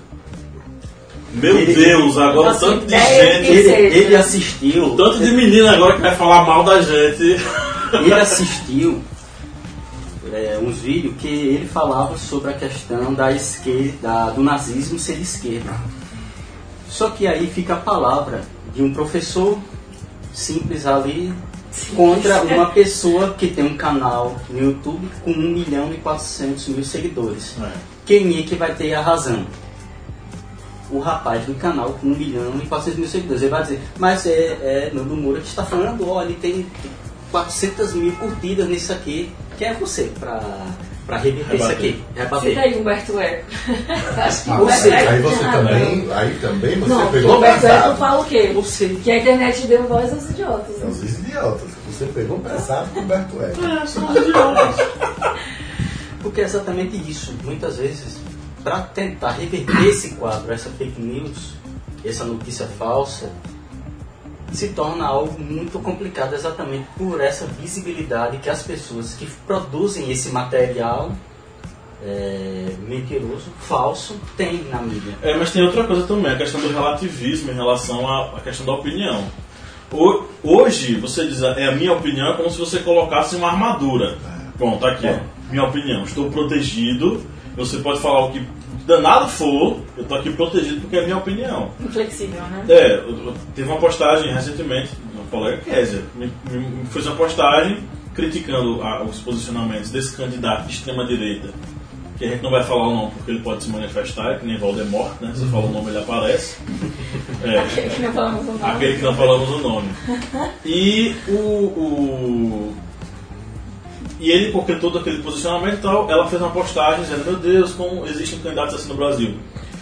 Meu Ele- Deus, agora o Nossa, tanto de ideia gente, que- Ele, seja. ele assistiu. o tanto de menina agora que vai falar mal da gente. Ele assistiu é, uns vídeos que ele falava sobre a questão da esquerda, do nazismo ser de esquerda. Só que aí fica a palavra de um professor simples ali contra uma pessoa que tem um canal no YouTube com um milhão e quatrocentos mil seguidores. É. Quem é que vai ter a razão? O rapaz do canal com um milhão e quatrocentos mil seguidores. Ele vai dizer, mas é, é Nando Moura que está falando, olha, ele tem quatrocentas mil curtidas nisso aqui. Quem é você para para reverter isso aqui? Cita Rebater. aí Humberto Eco. Acho que Ah, Humberto você, Eco aí você tem razão. também, aí também você Não, pegou Humberto Eco pesado. fala o quê? Você. Que a internet deu voz aos idiotas. São os idiotas. Você pegou pesado com o Humberto Eco. É, são os idiotas. Porque é exatamente isso. Muitas vezes, para tentar reverter esse quadro, essa fake news, essa notícia falsa, se torna algo muito complicado exatamente por essa visibilidade que as pessoas que produzem esse material é, mentiroso, falso, têm na mídia. É, mas tem outra coisa também, a questão do relativismo em relação à, à questão da opinião. Ho- Hoje, você diz, é a minha opinião, é como se você colocasse uma armadura. Pronto, aqui, ó, minha opinião, estou protegido, você pode falar o que danado for, eu estou aqui protegido porque é a minha opinião. Inflexível, né? É, eu, eu, teve uma postagem recentemente, um colega Kézia, me, me, me fez uma postagem criticando a, os posicionamentos desse candidato de extrema-direita, que a gente não vai falar o nome porque ele pode se manifestar, é que nem Voldemort, né? Se fala o nome ele aparece. É, Aquele que não falamos o nome. aquele que não falamos o nome. E o, o e ele, porque todo aquele posicionamento e tal, ela fez uma postagem dizendo, meu Deus, como existem candidatos assim no Brasil.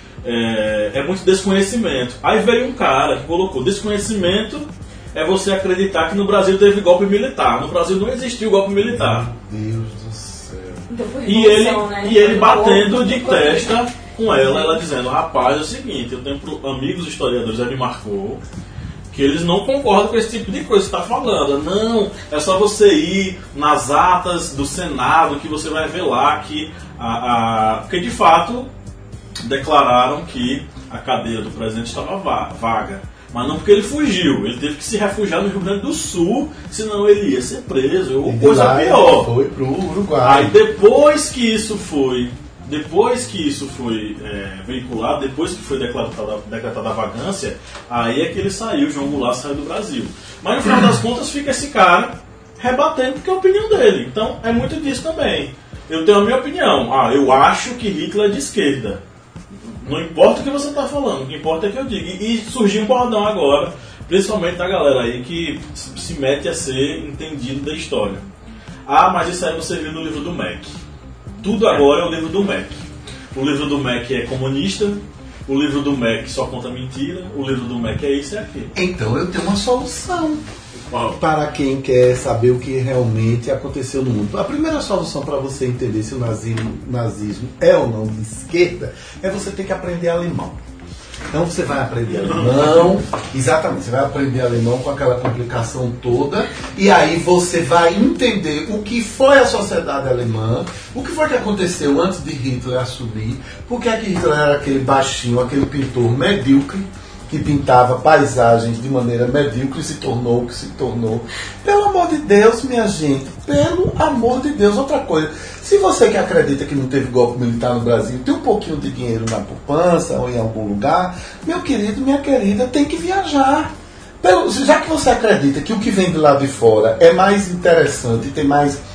É, é muito desconhecimento. Aí veio um cara que colocou, desconhecimento é você acreditar que no Brasil teve golpe militar. No Brasil não existiu golpe militar. Deus do céu. Então foi E ele, revolução, né? e ele Foi batendo um de pouco testa com ela, ela dizendo, rapaz, é o seguinte, eu tenho pro- amigos historiadores, ele me marcou, que eles não concordam com esse tipo de coisa que você está falando. Não, é só você ir nas atas do Senado que você vai ver lá que a, a porque de fato declararam que a cadeira do presidente estava va- vaga. Mas não porque ele fugiu, ele teve que se refugiar no Rio Grande do Sul, senão ele ia ser preso, ou E de coisa lá pior. Foi pro Uruguai. Aí depois que isso foi, depois que isso foi é, veiculado, depois que foi decretada, decretada a vagância, aí é que ele saiu, João Goulart saiu do Brasil. Mas no final das contas fica esse cara rebatendo porque é a opinião dele. Então é muito disso também. Eu tenho a minha opinião. Ah, eu acho que Hitler é de esquerda. Não importa o que você está falando, o que importa é que eu diga. E, e surgiu um bordão agora, principalmente da galera aí que se mete a ser entendido da história. Ah, mas isso aí você viu no livro do Mac. Tudo agora é o livro do Mac. O livro do Mac é comunista, o livro do Mac só conta mentira, o livro do Mac é isso e aquilo. Então eu tenho uma solução Ó, para quem quer saber o que realmente aconteceu no mundo. A primeira solução para você entender se o nazismo, nazismo é ou não de esquerda é você ter que aprender alemão. Então você vai aprender alemão, exatamente, você vai aprender alemão com aquela complicação toda, e aí você vai entender o que foi a sociedade alemã, o que foi que aconteceu antes de Hitler assumir, porque é que Hitler era aquele baixinho, aquele pintor medíocre, que pintava paisagens de maneira medíocre e se tornou o que se tornou. Pelo amor de Deus, minha gente, pelo amor de Deus. Outra coisa, se você que acredita que não teve golpe militar no Brasil, tem um pouquinho de dinheiro na poupança ou em algum lugar, meu querido, minha querida, tem que viajar. Pelo, já que você acredita que o que vem do lado de fora é mais interessante, tem mais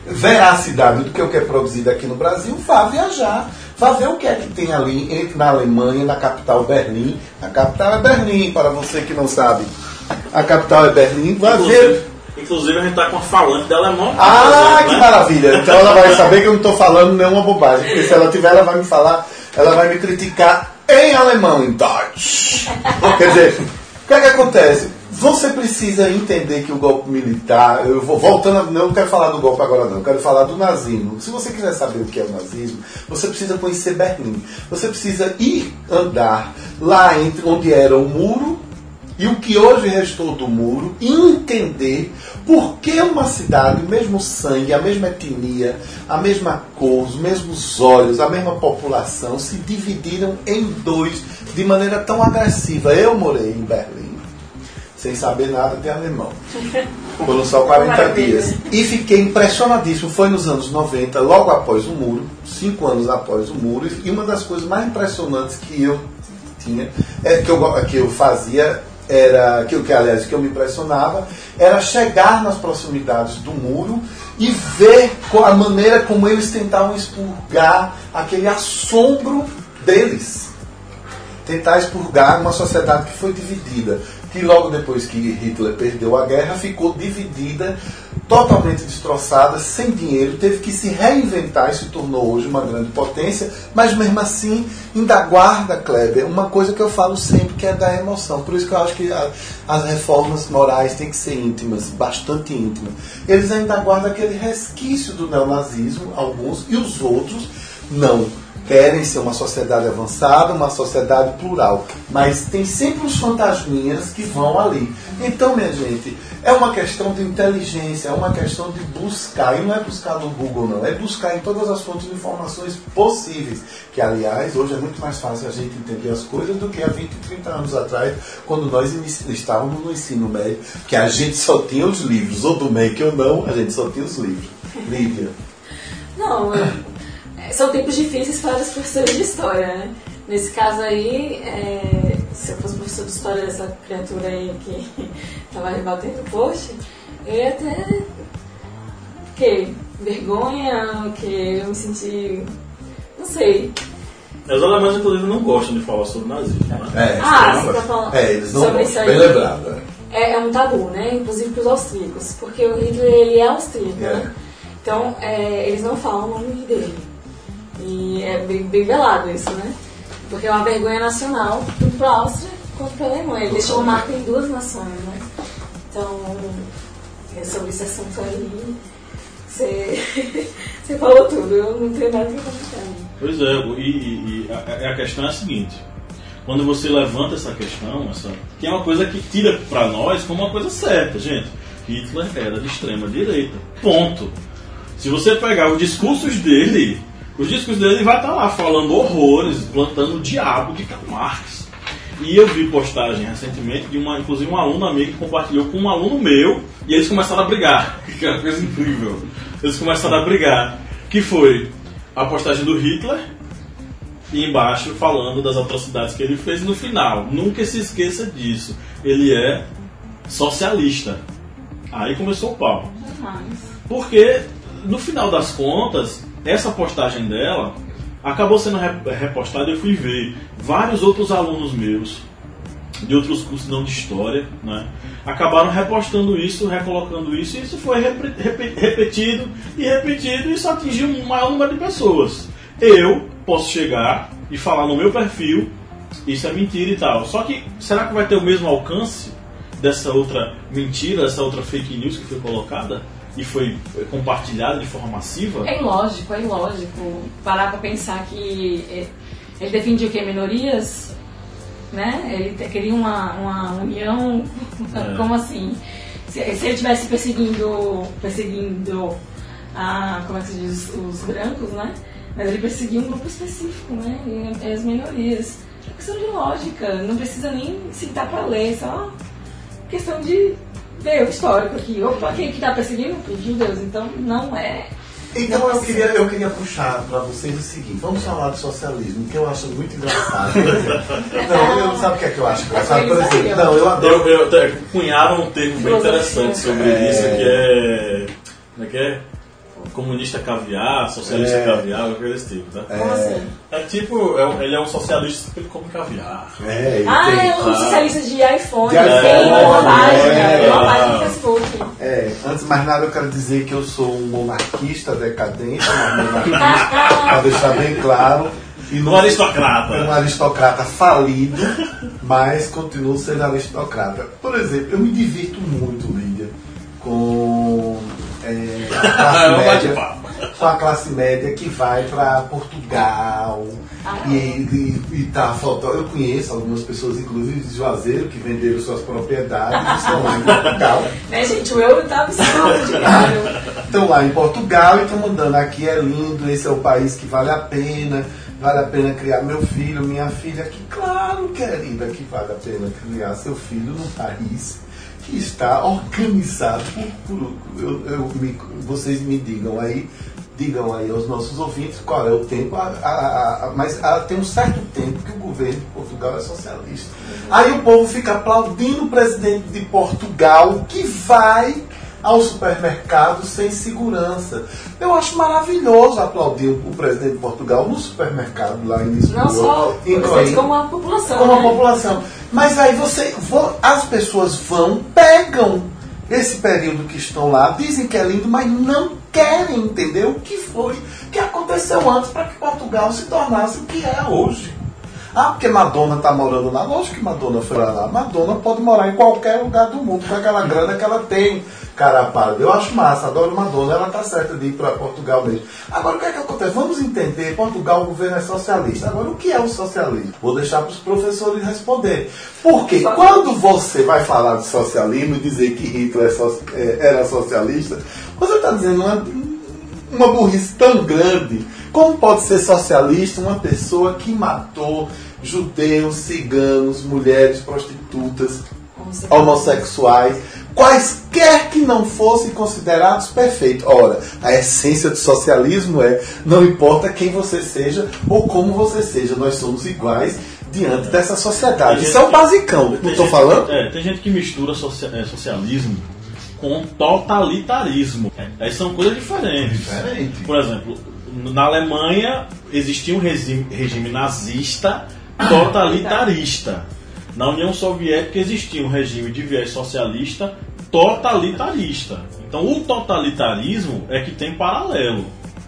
veracidade do que eu quero produzir aqui no Brasil, vá viajar, vá ver o que é que tem ali na Alemanha, na capital Berlim. A capital é Berlim, para você que não sabe. A capital é Berlim, vá ver. Inclusive a gente está com a falante da alemã. Ah, exemplo, que né? maravilha! Então ela vai saber que eu não estou falando nenhuma bobagem, porque se ela tiver, ela vai me falar, ela vai me criticar em alemão, em Deutsch. Quer dizer, o que é que acontece? Você precisa entender que o golpe militar, eu vou voltando, a, não quero falar do golpe agora não, eu quero falar do nazismo. Se você quiser saber o que é o nazismo, você precisa conhecer Berlim. Você precisa ir andar lá entre onde era o muro e o que hoje restou do muro, e entender por que uma cidade, o mesmo sangue, a mesma etnia, a mesma cor, os mesmos olhos, a mesma população se dividiram em dois de maneira tão agressiva. Eu morei em Berlim, sem saber nada de alemão. Foram só quarenta dias. E fiquei impressionadíssimo. Foi nos anos noventa, logo após o muro, cinco anos após o muro, e uma das coisas mais impressionantes que eu tinha, é, que, eu, que eu fazia, era que, que aliás que eu me impressionava, era chegar nas proximidades do muro e ver a maneira como eles tentavam expurgar aquele assombro deles. Tentar expurgar uma sociedade que foi dividida, que logo depois que Hitler perdeu a guerra, ficou dividida, totalmente destroçada, sem dinheiro, teve que se reinventar e se tornou hoje uma grande potência, mas mesmo assim ainda guarda, Kleber, uma coisa que eu falo sempre, que é da emoção. Por isso que eu acho que a, as reformas morais têm que ser íntimas, bastante íntimas. Eles ainda guardam aquele resquício do neonazismo, alguns, e os outros não. Querem ser uma sociedade avançada, uma sociedade plural. Mas tem sempre os fantasminhas que vão ali. Então, minha gente, é uma questão de inteligência, é uma questão de buscar. E não é buscar no Google, não. É buscar em todas as fontes de informações possíveis. Que, aliás, hoje é muito mais fácil a gente entender as coisas do que há vinte, trinta anos atrás, quando nós estávamos no ensino médio, que a gente só tinha os livros. Ou do M E C ou não, a gente só tinha os livros. Lívia. Não, eu... São tempos difíceis para os professores de história, né? Nesse caso aí, é, se eu fosse professor de história dessa criatura aí que estava rebatendo o post, eu ia até... que vergonha, que eu me senti... não sei. Os alemães, inclusive, não gostam de falar sobre nazismo, né? É, ah, você está falando é, eles não sobre isso aí. Bem lembrado. É, é um tabu, né? Inclusive para os austríacos, porque o Hitler, ele é austríaco, é. né? Então, é, eles não falam o nome dele. E é bem, bem velado isso, né? Porque é uma vergonha nacional, tanto para a Áustria quanto para a Alemanha. Ele deixou uma marca em duas nações, né? Então, é sobre esse assunto aí, você, você falou tudo, eu não tenho nada para comentar. Pois é, e, e, e a, a questão é a seguinte: quando você levanta essa questão, essa, que é uma coisa que tira para nós como uma coisa certa, gente. Hitler era de extrema direita. Ponto. Se você pegar os discursos dele. Os discos dele vai estar lá falando horrores, plantando o diabo de Karl Marx. E eu vi postagem recentemente de uma, inclusive uma aluna minha que compartilhou com um aluno meu, e eles começaram a brigar. Que é uma coisa incrível. Eles começaram a brigar. Que foi a postagem do Hitler, e embaixo falando das atrocidades que ele fez no final. Nunca se esqueça disso. Ele é socialista. Aí começou o pau. Porque, no final das contas, essa postagem dela acabou sendo repostada e eu fui ver vários outros alunos meus de outros cursos não de história, né, acabaram repostando isso, recolocando isso, e isso foi repetido e repetido, e isso atingiu um maior número de pessoas. Eu posso chegar e falar no meu perfil, isso é mentira e tal. Só que, será que vai ter o mesmo alcance dessa outra mentira, dessa outra fake news que foi colocada? E foi compartilhado de forma massiva? É ilógico, é ilógico. Parar pra pensar que ele defendia o quê? Minorias? Né? Ele queria uma, uma união? É. Como assim? Se, se ele estivesse perseguindo, perseguindo a, como é que se diz, os brancos, né? Mas ele perseguia um grupo específico, né? E as minorias. É questão de lógica, não precisa nem citar pra ler, só questão de ver o histórico aqui. Opa, quem que está perseguindo? Os judeus. Então, não é... Então, não eu queria, eu queria puxar para vocês o seguinte. Vamos falar de socialismo, que eu acho muito engraçado. Não, eu, sabe o que é que eu acho engraçado? Por exemplo, não, eu adoro... Eu, eu, cunharam um termo bem interessante sobre é... isso, que é... Como é que é? comunista caviar, socialista É. caviar, alguma coisa desse tipo, tá? Como assim? É tipo, é um- ele é um socialista porque ele come caviar. É, e Ah, tem- é o socialista de iPhone. De iPhone, Tem uma página, é. tem uma página no Facebook. É, antes de mais nada eu quero dizer que eu sou um monarquista decadente, um monarquista, para deixar bem claro. E Um não aristocrata. um aristocrata falido, mas continuo sendo aristocrata. Por exemplo, eu me divirto muito, Lídia, com é, a classe É um média, bate-papo. com a classe média que vai para Portugal e, e, e tá faltando. Eu conheço algumas pessoas, inclusive de Juazeiro, que venderam suas propriedades e estão lá em Portugal. Né, gente? O euro tá absurdo de caro. Estão lá em Portugal e estão mandando aqui é lindo, esse é o país que vale a pena, vale a pena criar meu filho, minha filha aqui. Claro, querida, que vale a pena criar seu filho num país que está organizado por, por eu, eu, me, vocês me digam aí, digam aí aos nossos ouvintes qual é o tempo, a, a, a, mas a, tem um certo tempo que o governo de Portugal é socialista. Aí o povo fica aplaudindo o presidente de Portugal que vai ao supermercado sem segurança. Eu acho maravilhoso aplaudir o presidente de Portugal no supermercado lá em Lisboa. Não só em vocês, Coimbra. como a população. Como a né? população. Mas aí você, vo- as pessoas vão, pegam esse período que estão lá, dizem que é lindo, mas não querem entender o que foi, o que aconteceu antes para que Portugal se tornasse o que é hoje. Ah, porque Madonna está morando lá. Lógico que Madonna foi lá. Madonna pode morar em qualquer lugar do mundo com aquela grana que ela tem, cara pálida. Eu acho massa, adoro Madonna, ela está certa de ir para Portugal mesmo. Agora, o que é que acontece? Vamos entender, Portugal, o governo é socialista. Agora, o que é o socialismo? Vou deixar para os professores responderem. Porque quando você vai falar de socialismo e dizer que Hitler é so- é- era socialista, você está dizendo uma, uma burrice tão grande. Como pode ser socialista uma pessoa que matou judeus, ciganos, mulheres, prostitutas, homossexuais, quaisquer que não fossem considerados perfeitos? Ora, a essência do socialismo é: não importa quem você seja ou como você seja, nós somos iguais diante dessa sociedade. Isso é o basicão, não Tem estou gente- falando? É, tem gente que mistura socia- é, socialismo com totalitarismo. Aí são coisas diferentes. Diferente. Por exemplo, na Alemanha existia um regime, regime nazista totalitarista. Na União Soviética existia um regime de viés socialista totalitarista. Então o totalitarismo é que tem paralelo.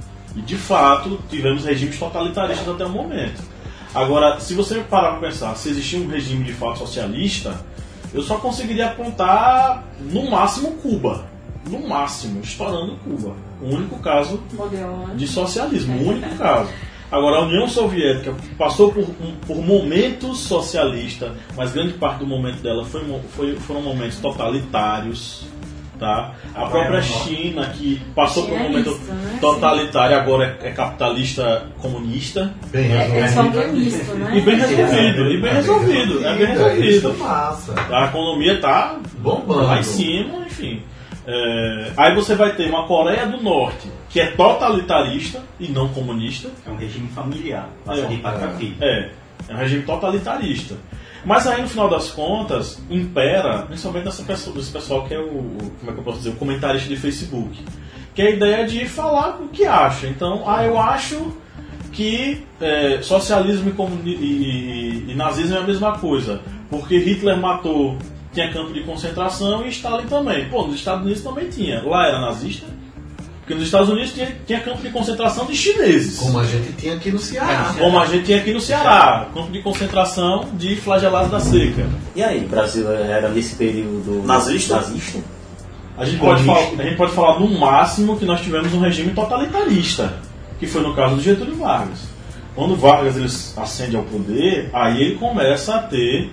E de fato tivemos regimes totalitaristas até o momento. Agora, se você parar para pensar, se existia um regime de fato socialista, eu só conseguiria apontar no máximo Cuba. No máximo, estourando Cuba. O único caso Modelo, né? de socialismo, o único caso. Agora, a União Soviética passou por, um, por momentos socialistas, mas grande parte do momento dela foi, foi, foram momentos totalitários. Tá? A própria China, que passou por um momento China é misto, né? totalitário, agora é, é capitalista comunista. Bem É, é só que é misto, né? E bem resolvido, e bem resolvido, é bem resolvido. Isso é massa. A economia está Bombando. lá em cima, enfim. É, aí você vai ter uma Coreia do Norte, que é totalitarista e não comunista. É um regime familiar, passa É. de pai para filho. É, é um regime totalitarista. Mas aí no final das contas, impera, principalmente dessa pessoa, desse pessoal que é o, o- como é que eu posso dizer, o comentarista de Facebook, que é a ideia de falar o que acha. Então, ah, eu acho que é, socialismo e, comuni- e- e- e nazismo é a mesma coisa, porque Hitler matou, tinha campo de concentração e Stalin também. Pô, nos Estados Unidos também tinha. Lá era nazista, porque nos Estados Unidos tinha, tinha campo de concentração de chineses. Como a gente tinha aqui no Ceará. Como a gente tinha aqui no Ceará, campo de concentração de flagelados da seca. E aí, o Brasil era nesse período Nazista? nazista? A gente, pode falar, a gente pode falar no máximo que nós tivemos um regime totalitarista, que foi no caso do Getúlio Vargas. Quando Vargas ele ascende ao poder, aí ele começa a ter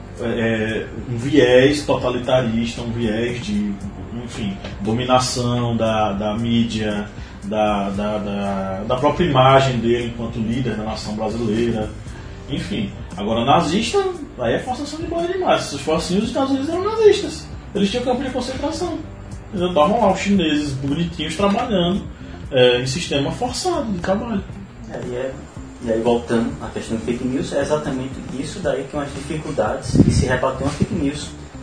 é, um viés totalitarista, um viés de, enfim, dominação da, da mídia, da, da, da, da própria imagem dele enquanto líder da nação brasileira. Enfim, agora nazista, aí é forçação de barra demais. Se fosse assim, os Estados Unidos eram nazistas. Eles tinham campo de concentração. Eles estavam lá, os chineses bonitinhos trabalhando é, em sistema forçado de trabalho. É, e, é, e aí, voltando à questão de fake news, é exatamente isso daí que são as dificuldades que se rebatem uma fake news.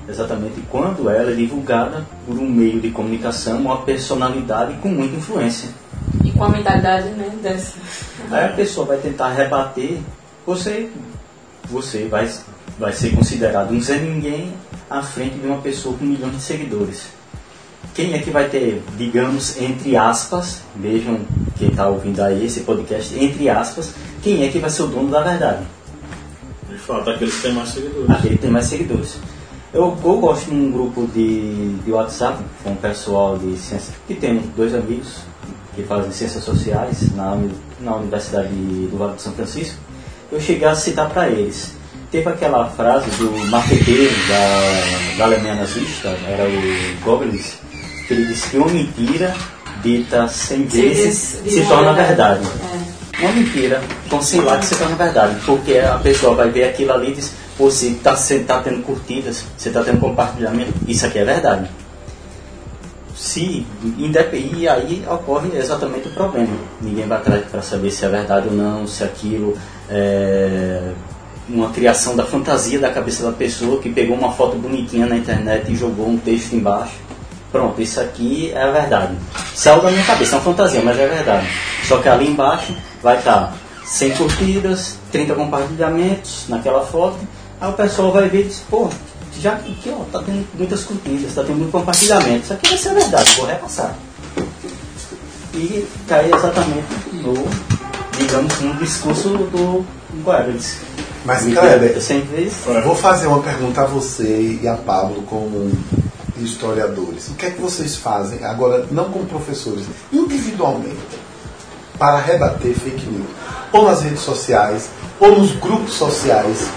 exatamente quando ela é divulgada por um meio de comunicação, uma personalidade com muita influência. E com a mentalidade, né, dessa. Aí a pessoa vai tentar rebater, você, você vai, vai ser considerado um Zé Ninguém à frente de uma pessoa com milhões de seguidores. Quem é que vai ter, digamos, entre aspas, vejam quem está ouvindo aí esse podcast, entre aspas, quem é que vai ser o dono da verdade? De fato, aquele que tem mais seguidores. Aquele que tem mais seguidores. Eu, eu gosto de um grupo de, de WhatsApp com o pessoal de ciência, que tem dois amigos que fazem ciências sociais na, na Universidade do Vale de São Francisco. Eu cheguei a citar para eles. Teve aquela frase do marqueteiro da, da Alemanha nazista, era o Goebbels, que ele disse que uma mentira dita cem vezes se torna verdade. É. Uma mentira com cem likes se torna verdade, porque a pessoa vai ver aquilo ali e diz, você está tá tendo curtidas, você está tendo compartilhamento, isso aqui é verdade. Se, e aí ocorre exatamente o problema. Ninguém vai atrás para saber se é verdade ou não, se aquilo é uma criação da fantasia da cabeça da pessoa que pegou uma foto bonitinha na internet e jogou um texto embaixo. Pronto, isso aqui é a verdade. Saiu da minha cabeça, é uma fantasia, mas é verdade. Só que ali embaixo vai estar cem curtidas, trinta compartilhamentos naquela foto. Aí o pessoal vai ver e diz, pô, já aqui ó, tá tendo muitas curtidas, tá tendo muito compartilhamento. Isso aqui vai ser a verdade, vou repassar. E cai exatamente no, digamos, no discurso do Goebbels. Mas, Kleber, eu vou fazer uma pergunta a você e a Pablo como historiadores. O que é que vocês fazem, agora não como professores, individualmente, para rebater fake news? Ou nas redes sociais, ou nos grupos sociais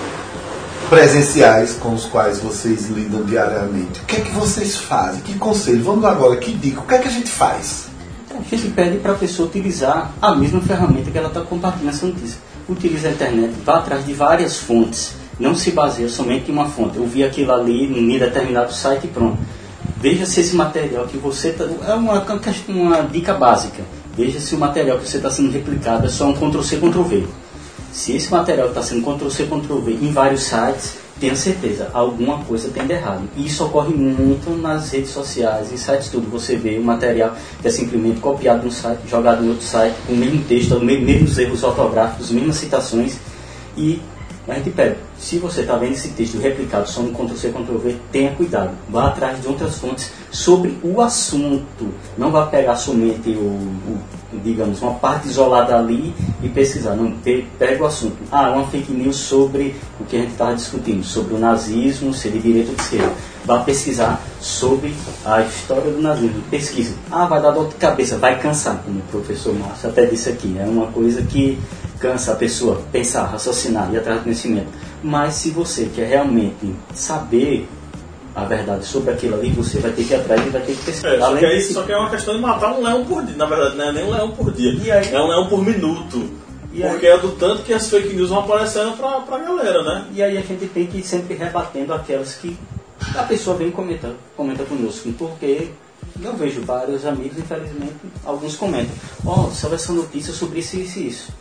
presenciais com os quais vocês lidam diariamente. O que é que vocês fazem? Que conselho? Vamos agora, que dica? O que é que a gente faz? A gente pede para a pessoa utilizar a mesma ferramenta que ela está compartilhando essa notícia. Utiliza a internet, vá atrás de várias fontes. Não se baseia somente em uma fonte. Eu vi aquilo ali em determinado site e pronto. Veja se esse material que você está... É uma, uma dica básica. Veja se o material que você está sendo replicado é só um control C, control V. Se esse material está sendo control C, control V em vários sites, tenha certeza, alguma coisa tem de errado. E isso ocorre muito nas redes sociais, em sites tudo. Você vê o material que é simplesmente copiado de um site, jogado em outro site, com o mesmo texto, os mesmos erros ortográficos, as mesmas citações. E a gente pede, se você está vendo esse texto replicado só no control C, control V, tenha cuidado. Vá atrás de outras fontes sobre o assunto. Não vá pegar somente o, o digamos, uma parte isolada ali e pesquisar. Não, pega o assunto. Ah, uma fake news sobre o que a gente estava discutindo, sobre o nazismo, se é de direita ou de esquerda. Vá pesquisar sobre a história do nazismo. Pesquisa. Ah, vai dar dor de cabeça, vai cansar, como o professor Márcio até disse aqui. É uma coisa que cansa a pessoa pensar, raciocinar e atrás do conhecimento. Mas se você quer realmente saber a verdade sobre aquilo ali, você vai ter que ir atrás e vai ter que pesquisar. É, só, que aí, só que é uma questão de matar um leão por dia. Na verdade, não é nem um leão por dia, aí, é um leão por minuto. Porque aí, é do tanto que as fake news vão aparecendo pra, pra galera, né? E aí a gente tem que ir sempre rebatendo aquelas que a pessoa vem comentando, comenta conosco. Porque eu vejo vários amigos, infelizmente, alguns comentam: ó, oh, saiu essa notícia sobre isso, isso e isso.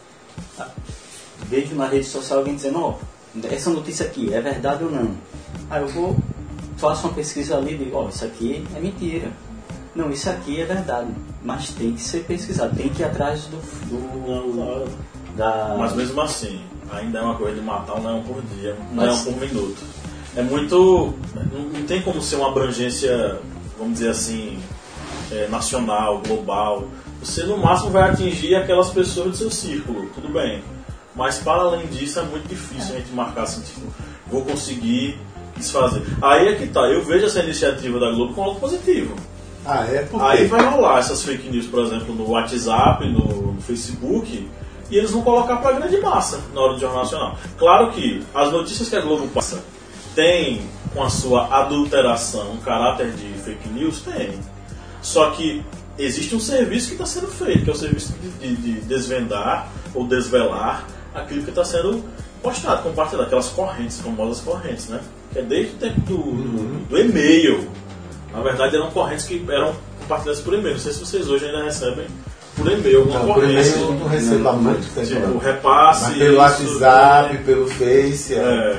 Vejo na rede social alguém dizendo: ó, oh, essa notícia aqui é verdade ou não? Aí eu vou, faço uma pesquisa ali e digo: ó, oh, isso aqui é mentira. Não, isso aqui é verdade. Mas tem que ser pesquisado, tem que ir atrás do... do não, claro. da... Mas mesmo assim, ainda é uma coisa de matar um leão por dia, um Mas... leão por minuto. É muito... Não tem como ser uma abrangência, vamos dizer assim, é, nacional, global. Você no máximo vai atingir aquelas pessoas do seu círculo, tudo bem. Mas para além disso é muito difícil a gente marcar assim, tipo, vou conseguir desfazer. Aí é que tá, eu vejo essa iniciativa da Globo com algo positivo. Ah, é? Por quê? Aí vai rolar essas fake news, por exemplo, no WhatsApp, no, no Facebook, e eles vão colocar para a grande massa na hora do Jornal Nacional. Claro que as notícias que a Globo passa tem, com a sua adulteração, um caráter de fake news, tem. Só que existe um serviço que está sendo feito, que é o serviço de, de, de desvendar ou desvelar aquilo que está sendo postado, compartilhado, aquelas correntes, famosas correntes, né? Que é desde o tempo do, do, do e-mail. Na verdade eram correntes que eram compartilhadas por e-mail. Não sei se vocês hoje ainda recebem por e-mail alguma não, corrente. Por e-mail eu não recebo há muito tempo. Tipo, repasse. Mas pelo WhatsApp, pelo Face. É.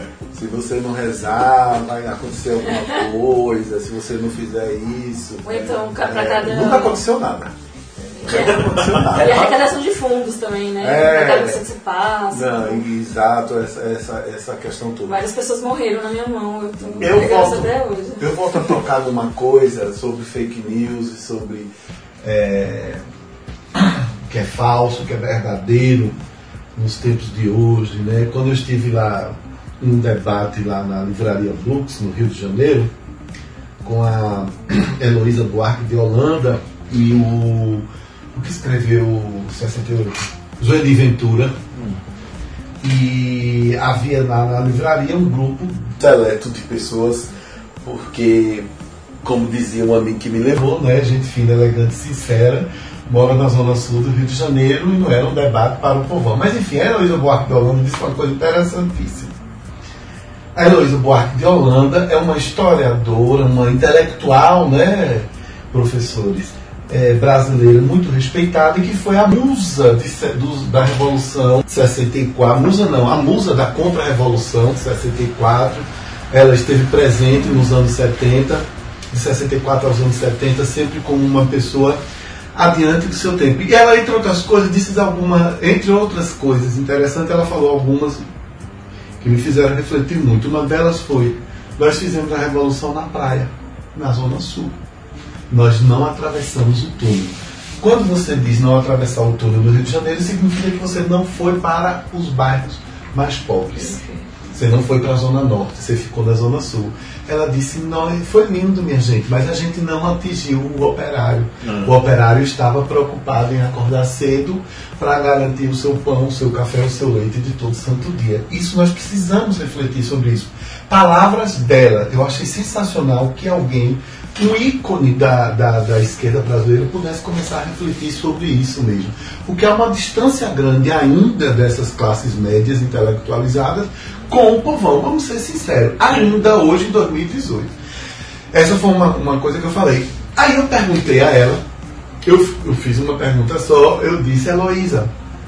Se você não rezar, vai acontecer alguma coisa, se você não fizer isso. Ou então, pra é, cada... Nunca aconteceu nada. Nunca aconteceu nada. E a arrecadação de fundos também, né? É, pra cada pessoa que você passa. Não, exato, essa, essa, essa questão toda. Várias pessoas morreram na minha mão, eu tô Eu volto, até hoje. eu volto a tocar numa coisa sobre fake news e sobre é, que é falso, que é verdadeiro nos tempos de hoje, né? Quando eu estive lá num debate lá na livraria Blux, no Rio de Janeiro, com a Heloísa Buarque de Holanda e o, o que escreveu o sessenta e oito, Joeli Ventura, hum. e havia lá na livraria um grupo seleto de pessoas, porque, como dizia um amigo que me levou, né, gente fina, elegante, sincera, mora na zona sul do Rio de Janeiro e não era um debate para o povão. Mas enfim, a Heloísa Buarque de Holanda disse uma coisa interessantíssima. A Heloísa Buarque de Holanda é uma historiadora, uma intelectual, né, professores, é, brasileira muito respeitada e que foi a musa de, do, da Revolução de sessenta e quatro. A musa não, a musa da Contra-Revolução de sessenta e quatro. Ela esteve presente nos anos setenta, de sessenta e quatro aos anos setenta, sempre como uma pessoa adiante do seu tempo. E ela, entre outras coisas, disse alguma, entre outras coisas interessantes, ela falou algumas que me fizeram refletir muito. Uma delas foi: nós fizemos a revolução na praia, na Zona Sul. Nós não atravessamos o túnel. Quando você diz não atravessar o túnel no Rio de Janeiro, significa que você não foi para os bairros mais pobres. Você não foi para a Zona Norte, você ficou na Zona Sul. Ela disse, não, foi lindo, minha gente, mas a gente não atingiu o operário. Uhum. O operário estava preocupado em acordar cedo para garantir o seu pão, o seu café, o seu leite de todo santo dia. Isso nós precisamos refletir sobre isso. Palavras dela, eu achei sensacional que alguém, um ícone da, da, da esquerda brasileira, pudesse começar a refletir sobre isso mesmo. Porque há uma distância grande ainda dessas classes médias intelectualizadas com o povão, vamos ser sinceros, ainda hoje em dois mil e dezoito. Essa foi uma, uma coisa que eu falei. Aí eu perguntei a ela, eu, eu fiz uma pergunta só, eu disse, Heloísa,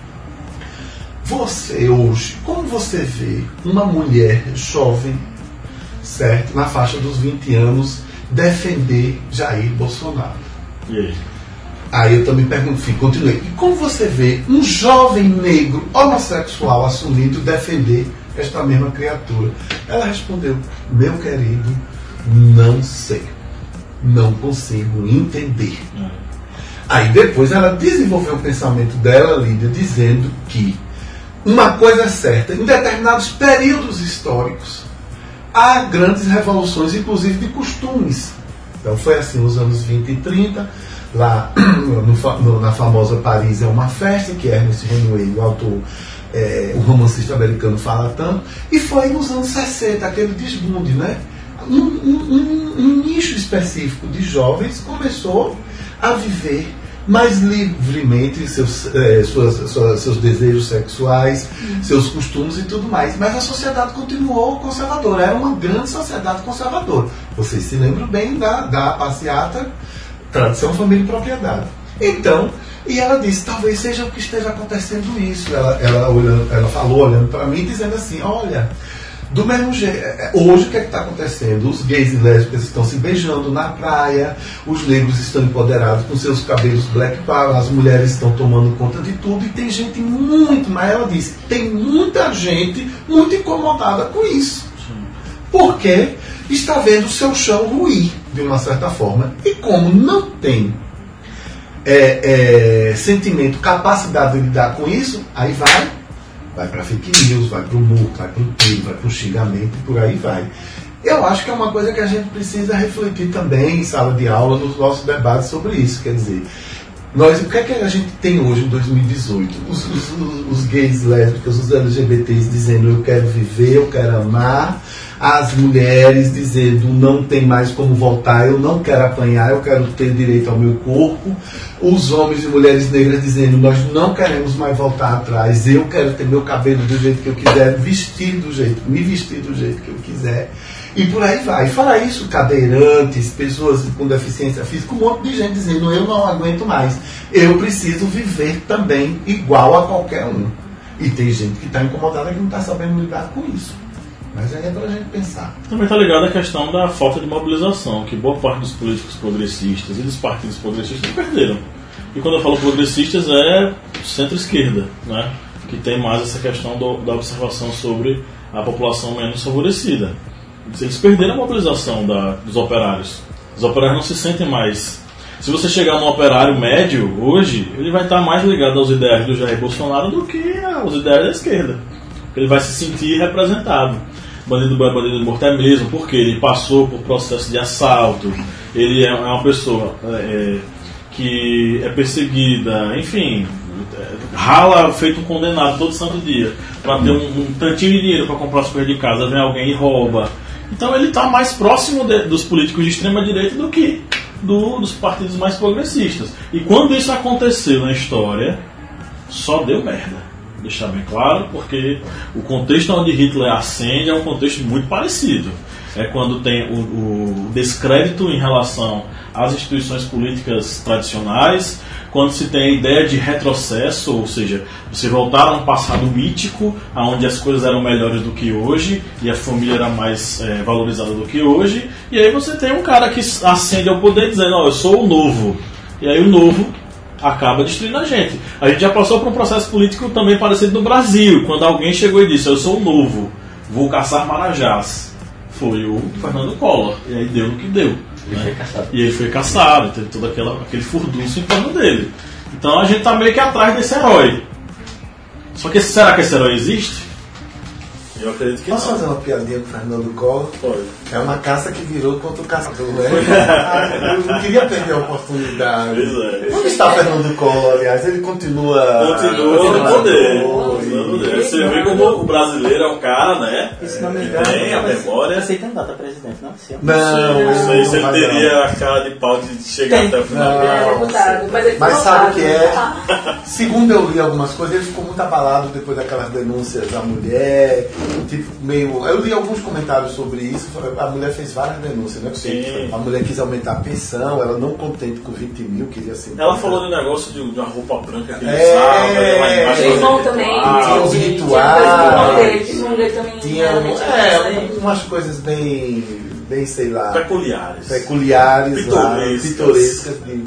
você hoje, como você vê uma mulher jovem, certo, na faixa dos vinte anos, defender Jair Bolsonaro? E aí? Aí eu também perguntei, continuei, e como você vê um jovem negro homossexual assumindo defender esta mesma criatura? Ela respondeu, meu querido, não sei, não consigo entender. Hum. Aí depois ela desenvolveu o pensamento dela, Lídia, dizendo que uma coisa é certa, em determinados períodos históricos há grandes revoluções, inclusive de costumes. Então foi assim nos anos vinte e trinta, lá no, no, na famosa Paris é uma festa, que Ernest Hemingway, o autor, é, o romancista americano, fala tanto, e foi nos anos sessenta, aquele desbunde, né? Um, um, um, um nicho específico de jovens começou a viver mais livremente seus, eh, suas, suas, seus desejos sexuais, uhum. seus costumes e tudo mais. Mas a sociedade continuou conservadora. Era uma grande sociedade conservadora. Vocês se lembram bem da, da passeata Tradição, Família e Propriedade. Então, e ela disse, talvez seja o que esteja acontecendo isso. Ela, ela, olhando, ela falou olhando para mim, dizendo assim, olha, do mesmo jeito, hoje o que é que está acontecendo? Os gays e lésbicas estão se beijando na praia, os negros estão empoderados com seus cabelos black power, as mulheres estão tomando conta de tudo, e tem gente muito, mas ela disse, tem muita gente muito incomodada com isso. Porque está vendo o seu chão ruir, de uma certa forma. E como não tem é, é, sentimento, capacidade de lidar com isso, aí vai... vai para fake news, vai para o murro, vai para o tiro, vai para o xingamento e por aí vai. Eu acho que é uma coisa que a gente precisa refletir também em sala de aula, nos nossos debates sobre isso. Quer dizer, nós, o que é que a gente tem hoje em dois mil e dezoito? Os, os, os gays, lésbicas, os L G B Ts dizendo eu quero viver, eu quero amar. As mulheres dizendo não tem mais como voltar, eu não quero apanhar, eu quero ter direito ao meu corpo. Os homens e mulheres negras dizendo nós não queremos mais voltar atrás, eu quero ter meu cabelo do jeito que eu quiser, vestir do jeito, me vestir do jeito que eu quiser. E por aí vai. Fora isso, cadeirantes, pessoas com deficiência física, um monte de gente dizendo eu não aguento mais, eu preciso viver também igual a qualquer um. E tem gente que está incomodada que não está sabendo lidar com isso. Mas aí é pra gente pensar. Também está ligado à questão da falta de mobilização, que boa parte dos políticos progressistas e dos partidos progressistas perderam. E quando eu falo progressistas é centro-esquerda, né? Que tem mais essa questão do, da observação sobre a população menos favorecida. Eles perderam a mobilização da, dos operários. Os operários não se sentem mais... Se você chegar num operário médio hoje, ele vai estar mais ligado aos ideais do Jair Bolsonaro do que aos ideais da esquerda. Ele vai se sentir representado. Bandido bom é bandido morto é mesmo, porque ele passou por processo de assalto, ele é uma pessoa é, que é perseguida, enfim, rala feito um condenado todo santo dia, para ter um, um tantinho de dinheiro para comprar as coisas de casa, vem alguém e rouba. Então ele está mais próximo de, dos políticos de extrema direita do que do, dos partidos mais progressistas. E quando isso aconteceu na história, só deu merda. Deixar bem claro, porque o contexto onde Hitler ascende é um contexto muito parecido. É quando tem o, o descrédito em relação às instituições políticas tradicionais, quando se tem a ideia de retrocesso, ou seja, você voltar a um passado mítico, onde as coisas eram melhores do que hoje, e a família era mais é, valorizada do que hoje, e aí você tem um cara que ascende ao poder dizendo, ó, eu sou o novo. E aí o novo acaba destruindo a gente. A gente já passou por um processo político também parecido no Brasil, quando alguém chegou e disse, eu sou o novo, vou caçar marajás. Foi o Fernando Collor, e aí deu no que deu. Ele né? foi caçado. E ele foi caçado, teve todo aquela, aquele furdunço em torno dele. Então a gente tá meio que atrás desse herói. Só que será que esse herói existe? Eu acredito que Posso não. fazer uma piadinha com o Fernando Collor? Pode. É uma caça que virou contra o caçador, né? Eu não queria perder a oportunidade. Pois é. Onde está Fernando Collor, aliás? Ele continua... Continua no poder. Continua No poder. Você vê como o brasileiro é um cara, né? E se não me Que engano, tem a memória. Você tem candidato a presidente, não? Sim. Não, Não sei se ele não vai teria não. a cara de pau de chegar Tem. até o final. Não. É, deputado, mas ele Mas foi sabe o votado. que é? Segundo eu li algumas coisas, ele ficou muito abalado depois daquelas denúncias da mulher, tipo, meio... Eu li alguns comentários sobre isso, a mulher fez várias denúncias, né? Sim. A mulher quis aumentar a pensão, ela não contente com vinte mil, queria ser... Ela falou de um negócio de, de uma roupa branca que ele É. usava, e lá embaixo. Meu irmão também. Ah, tinha os tinha- rituais. Tinha coisa do irmão dele, que o irmão dele também Tinha realmente era é, diferente. umas coisas bem, bem, sei lá, peculiares. peculiares, lá, Pitorescas. pitorescas. De...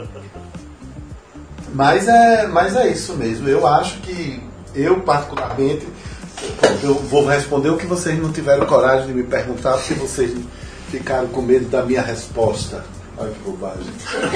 Mas, é, mas é isso mesmo. Eu acho que, eu particularmente, eu vou responder o que vocês não tiveram coragem de me perguntar, porque vocês ficaram com medo da minha resposta. Olha que bobagem.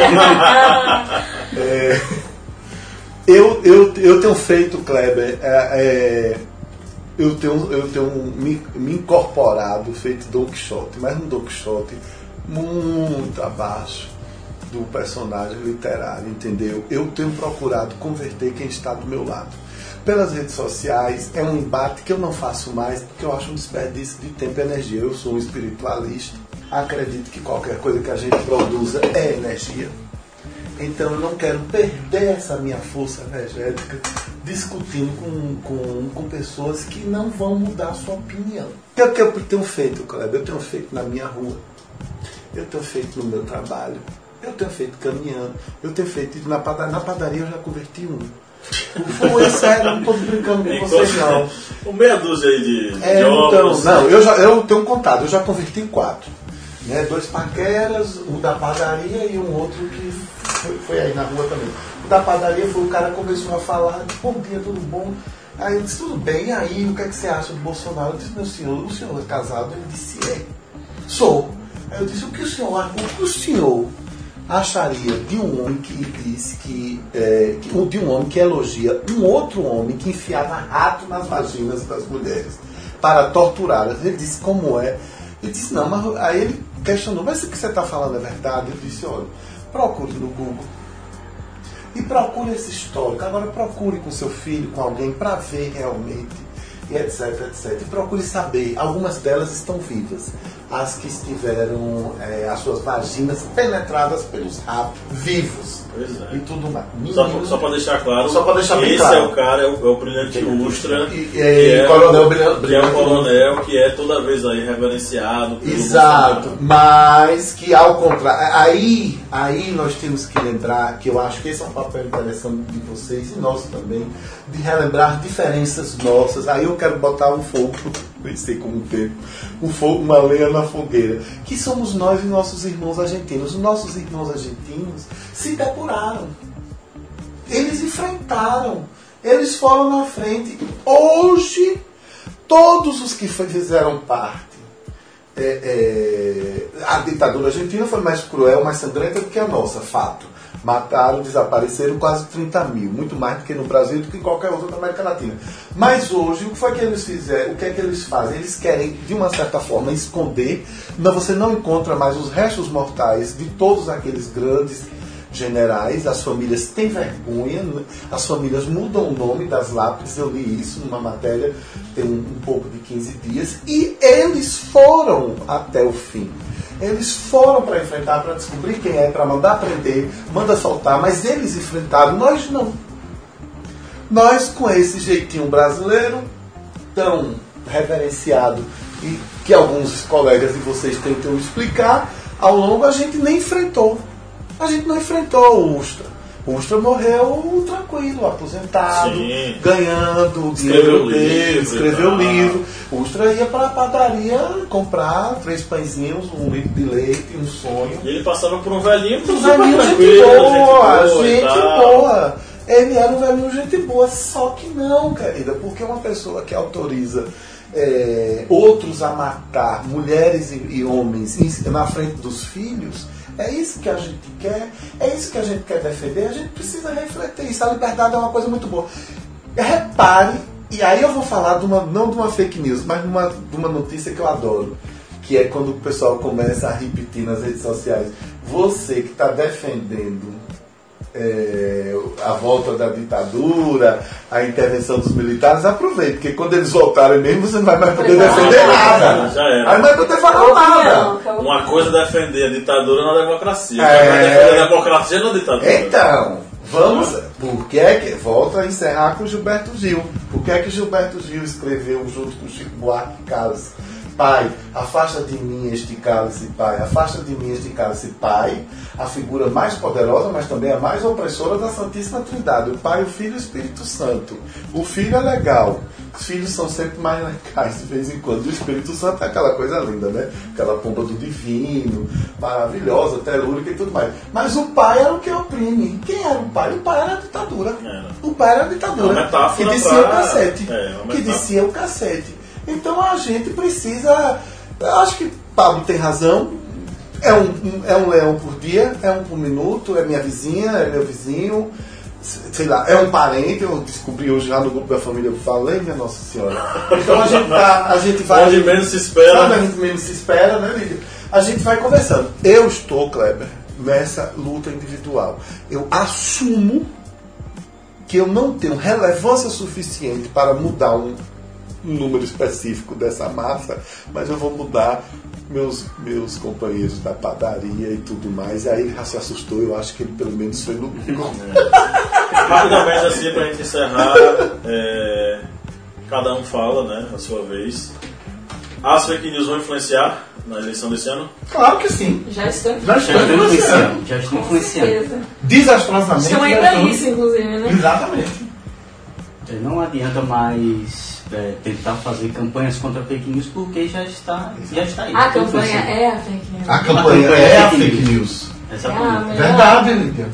É, eu, eu, eu tenho feito, Kleber, é, é, eu tenho, eu tenho me, me incorporado, feito Don Quixote, mas um Don Quixote muito abaixo do personagem literário, entendeu? Eu tenho procurado converter quem está do meu lado. Pelas redes sociais, é um embate que eu não faço mais, porque eu acho um desperdício de tempo e energia. Eu sou um espiritualista, acredito que qualquer coisa que a gente produza é energia. Então eu não quero perder essa minha força energética discutindo com, com, com pessoas que não vão mudar a sua opinião. É o que eu tenho feito, Kleber, eu tenho feito na minha rua, eu tenho feito no meu trabalho, eu tenho feito caminhando, eu tenho feito na padaria, na padaria eu já converti um. Foi sério, não estou brincando com vocês não. Um meia dúzia aí de, É, de então, ovos. não, eu, já, eu tenho contado, eu já converti em quatro. Né? Dois paqueras, um da padaria e um outro que foi, foi aí na rua também. O da padaria foi o cara que começou a falar, bom dia, tudo bom? Aí eu disse, tudo bem, e aí, o que é que você acha do Bolsonaro? Eu disse, meu senhor, o senhor é casado? Ele disse, é, sou. Aí eu disse, o que o senhor acha? O que o senhor acharia de um homem que disse que, é, que de um homem que elogia um outro homem que enfiava rato nas vaginas das mulheres para torturá-las? Ele disse, como é? Eu disse, não, mas aí ele questionou, mas o que você está falando é verdade? Eu disse, olha, procure no Google e procure esse histórico. Agora procure com seu filho, com alguém, para ver realmente, e etc, etc. E procure saber, algumas delas estão vivas. as que tiveram é, as suas vaginas penetradas pelos ratos vivos. Pois é. E tudo mais. Só, só para deixar claro, Só pra deixar bem esse claro. é o cara, é o, é o Brilhante Ustra, E, que, e, é, coronel o- Brilhante, que é o coronel que é toda vez aí reverenciado. pelo Exato, Bolsonaro. mas que ao contrário, aí, aí nós temos que lembrar, que eu acho que esse é um papel interessante de vocês e nosso também, de relembrar diferenças nossas. Aí eu quero botar um fogo, nem sei como ter, um fogo, uma lenha na fogueira, que somos nós e nossos irmãos argentinos. Os nossos irmãos argentinos se depuraram, eles enfrentaram, eles foram na frente. Hoje, todos os que fizeram parte, É, é, a ditadura argentina foi mais cruel, mais sangrenta do que a nossa, fato. Mataram, desapareceram quase trinta mil, muito mais do que no Brasil, do que em qualquer outra da América Latina. Mas hoje, o que foi que eles fizeram? O que é que eles fazem? Eles querem, de uma certa forma, esconder, mas você não encontra mais os restos mortais de todos aqueles grandes generais. As famílias têm vergonha, as famílias mudam o nome das lápides. Eu li isso numa matéria tem um, um pouco de quinze dias, e eles foram até o fim. Eles foram para enfrentar, para descobrir quem é, para mandar prender, manda soltar, mas eles enfrentaram, nós não. Nós, com esse jeitinho brasileiro, tão reverenciado, e que alguns colegas de vocês tentam explicar, ao longo a gente nem enfrentou. A gente não enfrentou o Ustra. O Ustra morreu tranquilo, aposentado, Sim. ganhando o Escreveu dinheiro dele, livro, escreveu tá. livro. O Ustra ia para a padaria comprar três pãezinhos, um litro de leite, um sonho. E ele passava por um velhinho, Um super velhinho gente tranquilo, boa, gente gente boa. e tal. boa. Ele era um velhinho gente boa, só que não, querida, porque uma pessoa que autoriza é, outros a matar mulheres e, e homens em- na frente dos filhos, é isso que a gente quer, é isso que a gente quer defender. A gente precisa refletir isso. A liberdade é uma coisa muito boa. Repare, e aí eu vou falar de uma, não de uma fake news, mas de uma, de uma notícia que eu adoro, que é quando o pessoal começa a repetir nas redes sociais. Você que está defendendo é, a volta da ditadura, a intervenção dos militares, aproveite, porque quando eles voltarem mesmo, você não vai mais poder Não, defender já nada. era, já era. Aí não vai poder falar nada. Opinião, Uma coisa é defender a ditadura na democracia. É. Outra coisa é defender a democracia na ditadura. Então, vamos. Por que é que. Volta a encerrar com Gilberto Gil. Por que é que Gilberto Gil escreveu junto com Chico Buarque Cálice? Pai, afasta de mim este cálice, Pai, afasta de mim este cálice, Pai, a figura mais poderosa, mas também a mais opressora da Santíssima Trindade, o Pai, o Filho e o Espírito Santo. O Filho é legal, os filhos são sempre mais legais de vez em quando. O Espírito Santo é aquela coisa linda, né? Aquela pomba do divino, maravilhosa, telúrica e tudo mais. Mas o Pai era o que oprime. Quem era o Pai? O Pai era a ditadura. Era. O Pai era a ditadura. Uma metáfora que descia pra- o cacete. É, uma que metáfora. descia o cacete. Então a gente precisa. Eu acho que Pablo tem razão. É um, um- é um leão por dia, é um por minuto, é minha vizinha, é meu vizinho, sei lá, é um parente. Eu descobri hoje lá no grupo da família, eu falei, minha Nossa Senhora. Então a gente, tá, a gente vai. Onde menos se espera. Sabe, a gente menos se espera, né, Lídia? A gente vai conversando. Eu estou, Kleber, nessa luta individual. Eu assumo que eu não tenho relevância suficiente para mudar um um número específico dessa massa, mas eu vou mudar meus, meus companheiros da padaria e tudo mais. E aí ele já se assustou, eu acho que ele pelo menos foi no Google. Rapidamente assim, pra gente encerrar, é, cada um fala, né, a sua vez. As fake news vão influenciar na eleição desse ano? Claro que sim. Já estão Já Já estou estou influenciando. influenciando. Já estou com influenciando. certeza. Desastrosamente. Estão aí já pra estão- isso, inclusive, né? Exatamente. É, não adianta mais é, tentar fazer campanhas contra fake news porque já está, já está aí. A Estou campanha influenciando. é a fake news. A campanha campanha é é a fake fake news. Exatamente. É, Verdade, Lídia.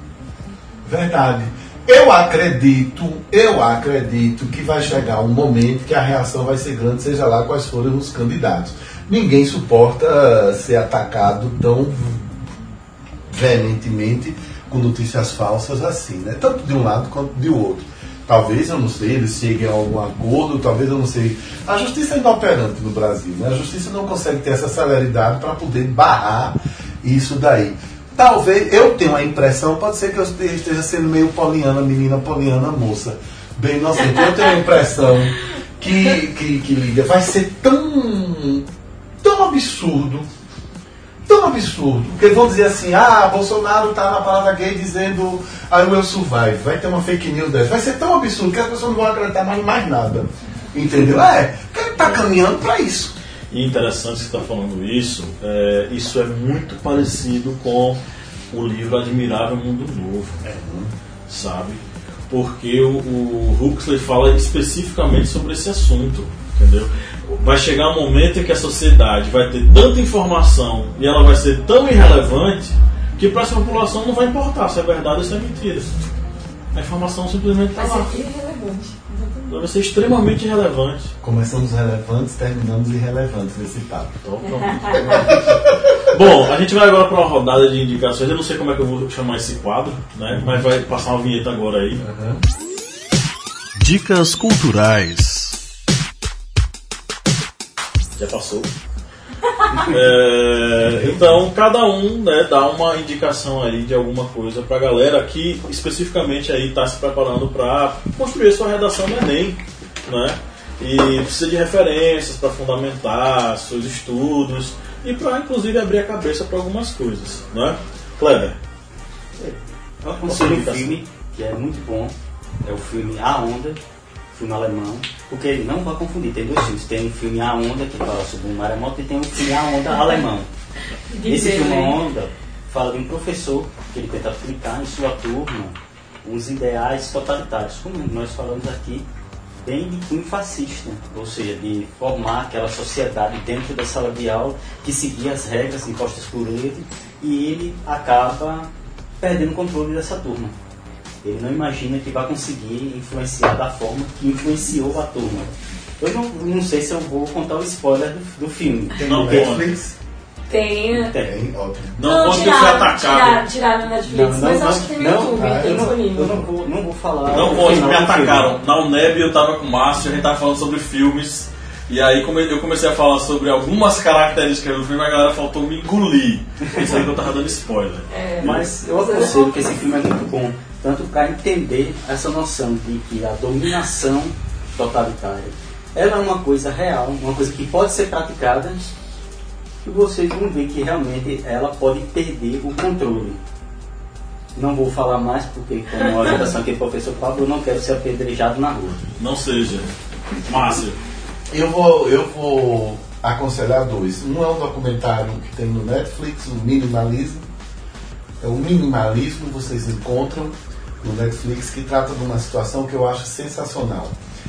Verdade. Eu acredito, eu acredito que vai chegar um momento que a reação vai ser grande, seja lá quais forem os candidatos. Ninguém suporta ser atacado tão veementemente com notícias falsas assim, né? Tanto de um lado quanto de outro. Talvez, eu não sei, eles cheguem a algum acordo, talvez eu não sei. A justiça é inoperante no Brasil, né? A justiça não consegue ter essa celeridade para poder barrar isso daí. Talvez, eu tenho a impressão, pode ser que eu esteja sendo meio poliana, menina poliana, moça, bem inocente. Eu tenho a impressão que, que, que Lídia, vai ser tão, tão absurdo, tão absurdo, porque eles vão dizer assim, ah, Bolsonaro tá na parada gay dizendo I will survive, vai ter uma fake news dessa, vai ser tão absurdo que as pessoas não vão acreditar mais em mais nada, entendeu? É, porque ele tá caminhando para isso. E interessante você estar falando isso, é, isso é muito parecido com o livro Admirável Mundo Novo, é, sabe? Porque o, o Huxley fala especificamente sobre esse assunto, entendeu? Vai chegar um momento em que a sociedade vai ter tanta informação e ela vai ser tão irrelevante que para essa população não vai importar se é verdade ou se é mentira. A informação simplesmente está lá. Vai ser irrelevante. Ela vai ser extremamente irrelevante. Começamos relevantes, terminamos irrelevantes nesse papo. Bom, a gente vai agora para uma rodada de indicações. Eu não sei como é que eu vou chamar esse quadro, né? Mas vai passar uma vinheta agora aí. Uhum. Dicas culturais. Já passou. É, então, cada um, né, dá uma indicação aí de alguma coisa pra galera que especificamente aí está se preparando para construir sua redação do Enem, né? E precisa de referências para fundamentar seus estudos e para inclusive abrir a cabeça para algumas coisas, né? Kleber. Eu aconselho um filme que é muito bom, é o filme A Onda, filme alemão, porque não vai confundir, tem dois filmes, tem um filme A Onda que fala sobre um maremoto e tem um filme A Onda alemão. Esse filme A Onda fala de um professor que ele tenta aplicar em sua turma uns ideais totalitários, como nós falamos aqui, bem de cunho fascista, ou seja, de formar aquela sociedade dentro da sala de aula que seguia as regras impostas por ele e ele acaba perdendo o controle dessa turma. Ele não imagina que vai conseguir influenciar da forma que influenciou a turma. Eu não, não sei se eu vou contar o spoiler do, do filme. Tem Não, no Netflix? Tem. Tem. Ótimo. Não, pode ser tiraram, atacado. tiraram, tiraram no Netflix, Não, não, mas não, acho que tem no não, YouTube, ah, tem eu, não, eu disponível. não vou, não vou falar. Não o pode, final me do atacaram. filme. Na UNEB eu tava com o Márcio, a gente tava falando sobre filmes. E aí como eu comecei a falar sobre algumas características do filme, a galera faltou me engolir, pensando que eu tava dando spoiler. É, Mas eu aconselho que esse filme é muito bom, tanto para entender essa noção de que a dominação totalitária ela é uma coisa real, uma coisa que pode ser praticada, e vocês vão ver que realmente ela pode perder o controle. Não vou falar mais porque, como a orientação aqui do professor Pablo, eu não quero ser apedrejado na rua. Não seja. Márcio. Eu vou, eu vou aconselhar dois. Um é um documentário que tem no Netflix, o Minimalismo. É o Minimalismo, vocês encontram no Netflix, que trata de uma situação que eu acho sensacional.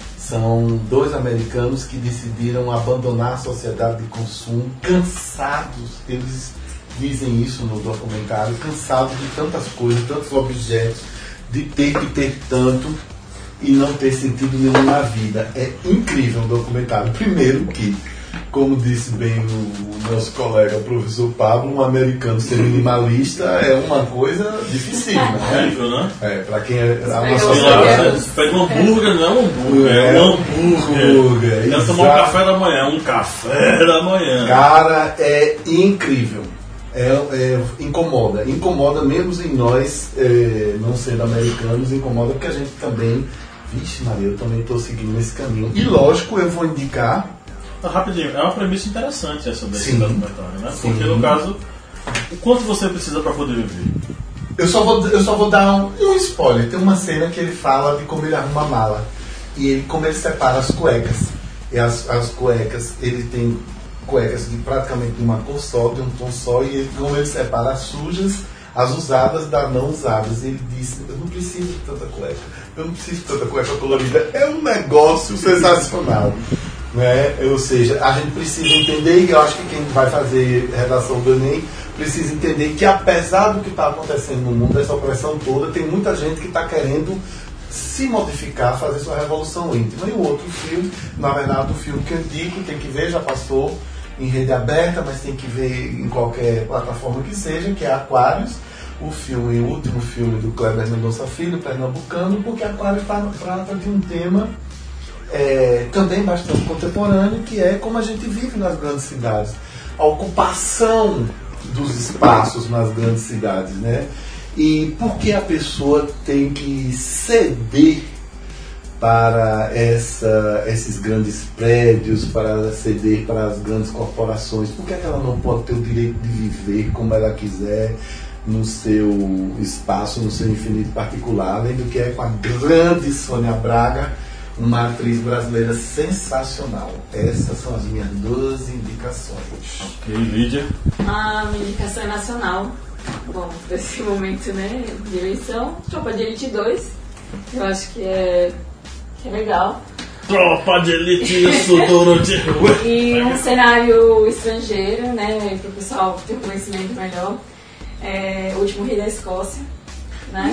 São dois americanos que decidiram abandonar a sociedade de consumo, cansados, eles dizem isso no documentário, cansados de tantas coisas, tantos objetos, de ter que ter tanto e não ter sentido nenhum na vida. É incrível o documentário. Primeiro que, como disse bem o, o nosso colega, o professor Pablo, um americano ser minimalista é uma coisa dificílima, né? Incrível, né? É, pra quem é a É, nossa eu sociedade. Você pega um hambúrguer, não é um hambúrguer, é um hambúrguer. hambúrguer, Quero tomar um exato. café da manhã, um café da manhã. Cara, é incrível. É, é, incomoda. Incomoda mesmo em nós, é, não sendo americanos, incomoda porque a gente também... Vixe Maria, eu também estou seguindo nesse caminho. E lógico, eu vou indicar... Ah, rapidinho, é uma premissa interessante essa desse Sim. documentário, né? Sim. Porque no caso, o quanto você precisa para poder viver? Eu só vou, eu só vou dar um, um spoiler. Tem uma cena que ele fala de como ele arruma a mala. E ele, como ele separa as cuecas. E as, as cuecas, ele tem cuecas de praticamente uma cor só, de um tom só. E ele, como ele separa as sujas, as usadas das não usadas. Ele disse, eu não preciso de tanta cueca. Eu não preciso de tanta cueca colorida. É um negócio sensacional. Né? Ou seja, a gente precisa entender, e eu acho que quem vai fazer redação do Enem precisa entender que apesar do que está acontecendo no mundo, essa opressão toda, tem muita gente que está querendo se modificar, fazer sua revolução íntima. E o outro filme, na verdade, o filme que eu indico, tem que ver, já passou em rede aberta, mas tem que ver em qualquer plataforma que seja, que é Aquários, o filme, o último filme do Kleber Mendonça Filho, pernambucano, porque Aquários trata de um tema é, também bastante contemporâneo, que é como a gente vive nas grandes cidades. A ocupação dos espaços nas grandes cidades, né? E por que a pessoa tem que ceder para essa, esses grandes prédios, para ceder para as grandes corporações? Por que, é que ela não pode ter o direito de viver como ela quiser no seu espaço, no seu infinito particular, além do que é com a grande Sônia Braga, uma atriz brasileira sensacional. Essas são as minhas duas indicações. Ok, Lídia? A minha indicação é nacional. Bom, nesse momento, né, de eleição, Tropa de Elite dois. Eu acho que é, que é legal. Tropa de Elite, isso, duro de rua. E um cenário estrangeiro, né, para o pessoal ter um conhecimento melhor. É O Último Rei da Escócia, né?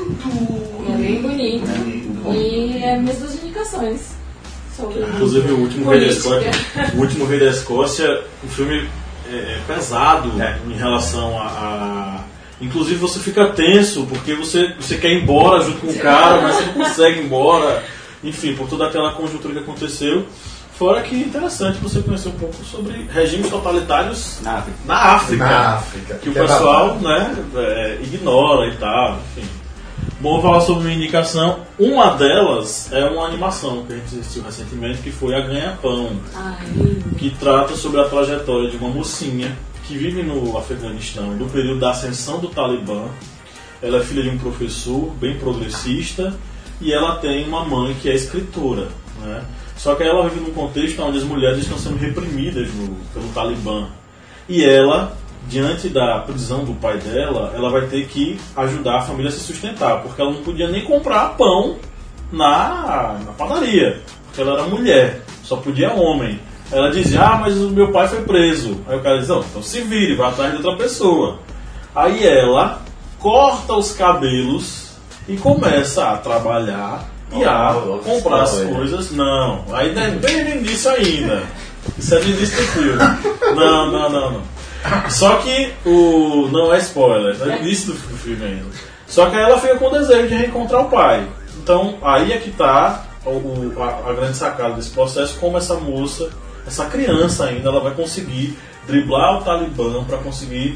É bem bonito. E é minhas duas indicações. Sobre Inclusive, o último Rei da Escócia, o último Rei da Escócia, um filme é, é pesado é. em relação a, a. Inclusive, você fica tenso porque você, você quer ir embora junto com o cara, mas você não consegue ir embora. Enfim, por toda aquela conjuntura que aconteceu. Fora que é interessante você conhecer um pouco sobre regimes totalitários na África, na África, na África que, que o pessoal é né, é, ignora e tal. Enfim. Bom, vou falar sobre minha indicação. Uma delas é uma animação que a gente assistiu recentemente, que foi A Ganha-Pão, que trata sobre a trajetória de uma mocinha que vive no Afeganistão, do período da ascensão do Talibã. Ela é filha de um professor bem progressista e ela tem uma mãe que é escritora, né? Só que ela vive num contexto onde as mulheres estão sendo reprimidas no, pelo Talibã. E ela, diante da prisão do pai dela, ela vai ter que ajudar a família a se sustentar, porque ela não podia nem comprar pão na, na padaria, porque ela era mulher, só podia homem. Ela dizia, ah, mas o meu pai foi preso. Aí o cara diz, não, então se vire, vai atrás de outra pessoa. Aí ela corta os cabelos e começa a trabalhar e a comprar as coisas. Não, aí não é bem no início ainda. Isso é no início do filme. Não, não, não, não. Só que o. Não é spoiler, é no início do filme ainda. Só que aí ela fica com o desejo de reencontrar o pai. Então aí é que tá o, a, a grande sacada desse processo, como essa moça, essa criança ainda, ela vai conseguir driblar o Talibã para conseguir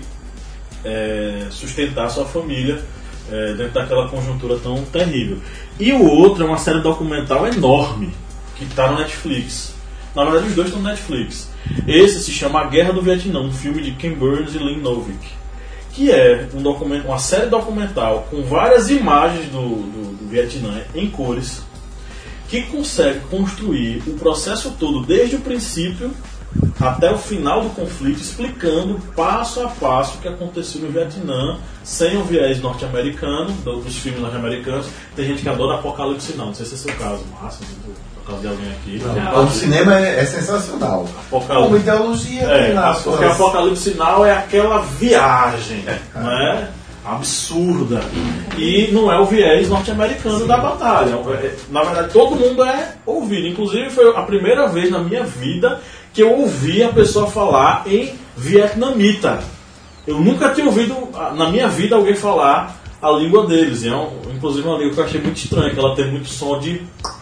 é, sustentar sua família. É, dentro daquela conjuntura tão terrível. E o outro é uma série documental enorme que está no Netflix. Na verdade, os dois estão no Netflix. Esse se chama A Guerra do Vietnã, um filme de Ken Burns e Lynn Novick, que é um documento, uma série documental com várias imagens do, do, do Vietnã em cores, que consegue construir o processo todo desde o princípio até o final do conflito, explicando passo a passo o que aconteceu no Vietnã, sem o viés norte-americano, dos filmes norte-americanos. Tem gente que adora Apocalipse Now, não sei se esse é o seu caso, Márcio, por causa de alguém aqui. Não, o cinema é, é sensacional. Apocalipse. Como ideologia é, tem lá. Porque suas... Apocalipse Now é aquela viagem, é, né? Absurda. E não é o viés norte-americano Sim. da batalha. Na verdade, todo mundo é ouvido. Inclusive, foi a primeira vez na minha vida que eu ouvi a pessoa falar em vietnamita. Eu nunca tinha ouvido, na minha vida, alguém falar a língua deles. E é um, inclusive uma língua que eu achei muito estranha, que ela tem muito som de...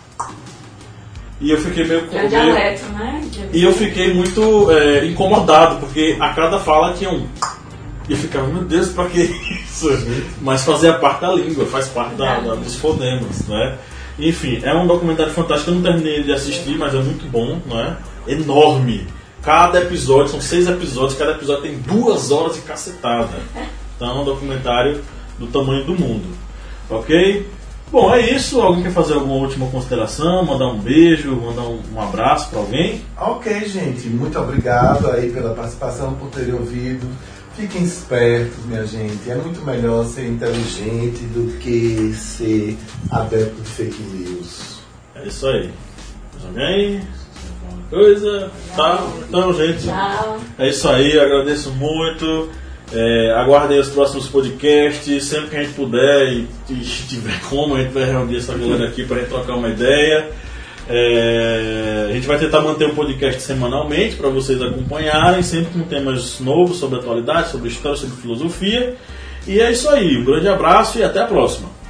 E eu fiquei meio... É dialeto, né? E eu fiquei muito é, incomodado, porque a cada fala tinha um... E eu ficava, meu Deus, pra que isso? Mas fazia parte da língua, faz parte da, da, dos fonemas, né? Enfim, é um documentário fantástico, eu não terminei de assistir, mas é muito bom, não é? Enorme. Cada episódio, são seis episódios, cada episódio tem duas horas de cacetada. Então é um documentário do tamanho do mundo. Ok? Bom, é isso. Alguém quer fazer alguma última consideração? Mandar um beijo, mandar um, um abraço para alguém? Ok, gente. Muito obrigado aí pela participação, por terem ouvido. Fiquem espertos, minha gente. É muito melhor ser inteligente do que ser adepto de fake news. É isso aí. Mais alguém? Alguma coisa? Tá? Então, gente. Tchau. É isso aí. Agradeço muito. É, aguardem os próximos podcasts. Sempre que a gente puder e, e tiver como, a gente vai reunir essa galera aqui para a gente trocar uma ideia. É, a gente vai tentar manter o podcast semanalmente para vocês acompanharem, sempre com temas novos sobre atualidade, sobre história, sobre filosofia. E é isso aí, um grande abraço e até a próxima.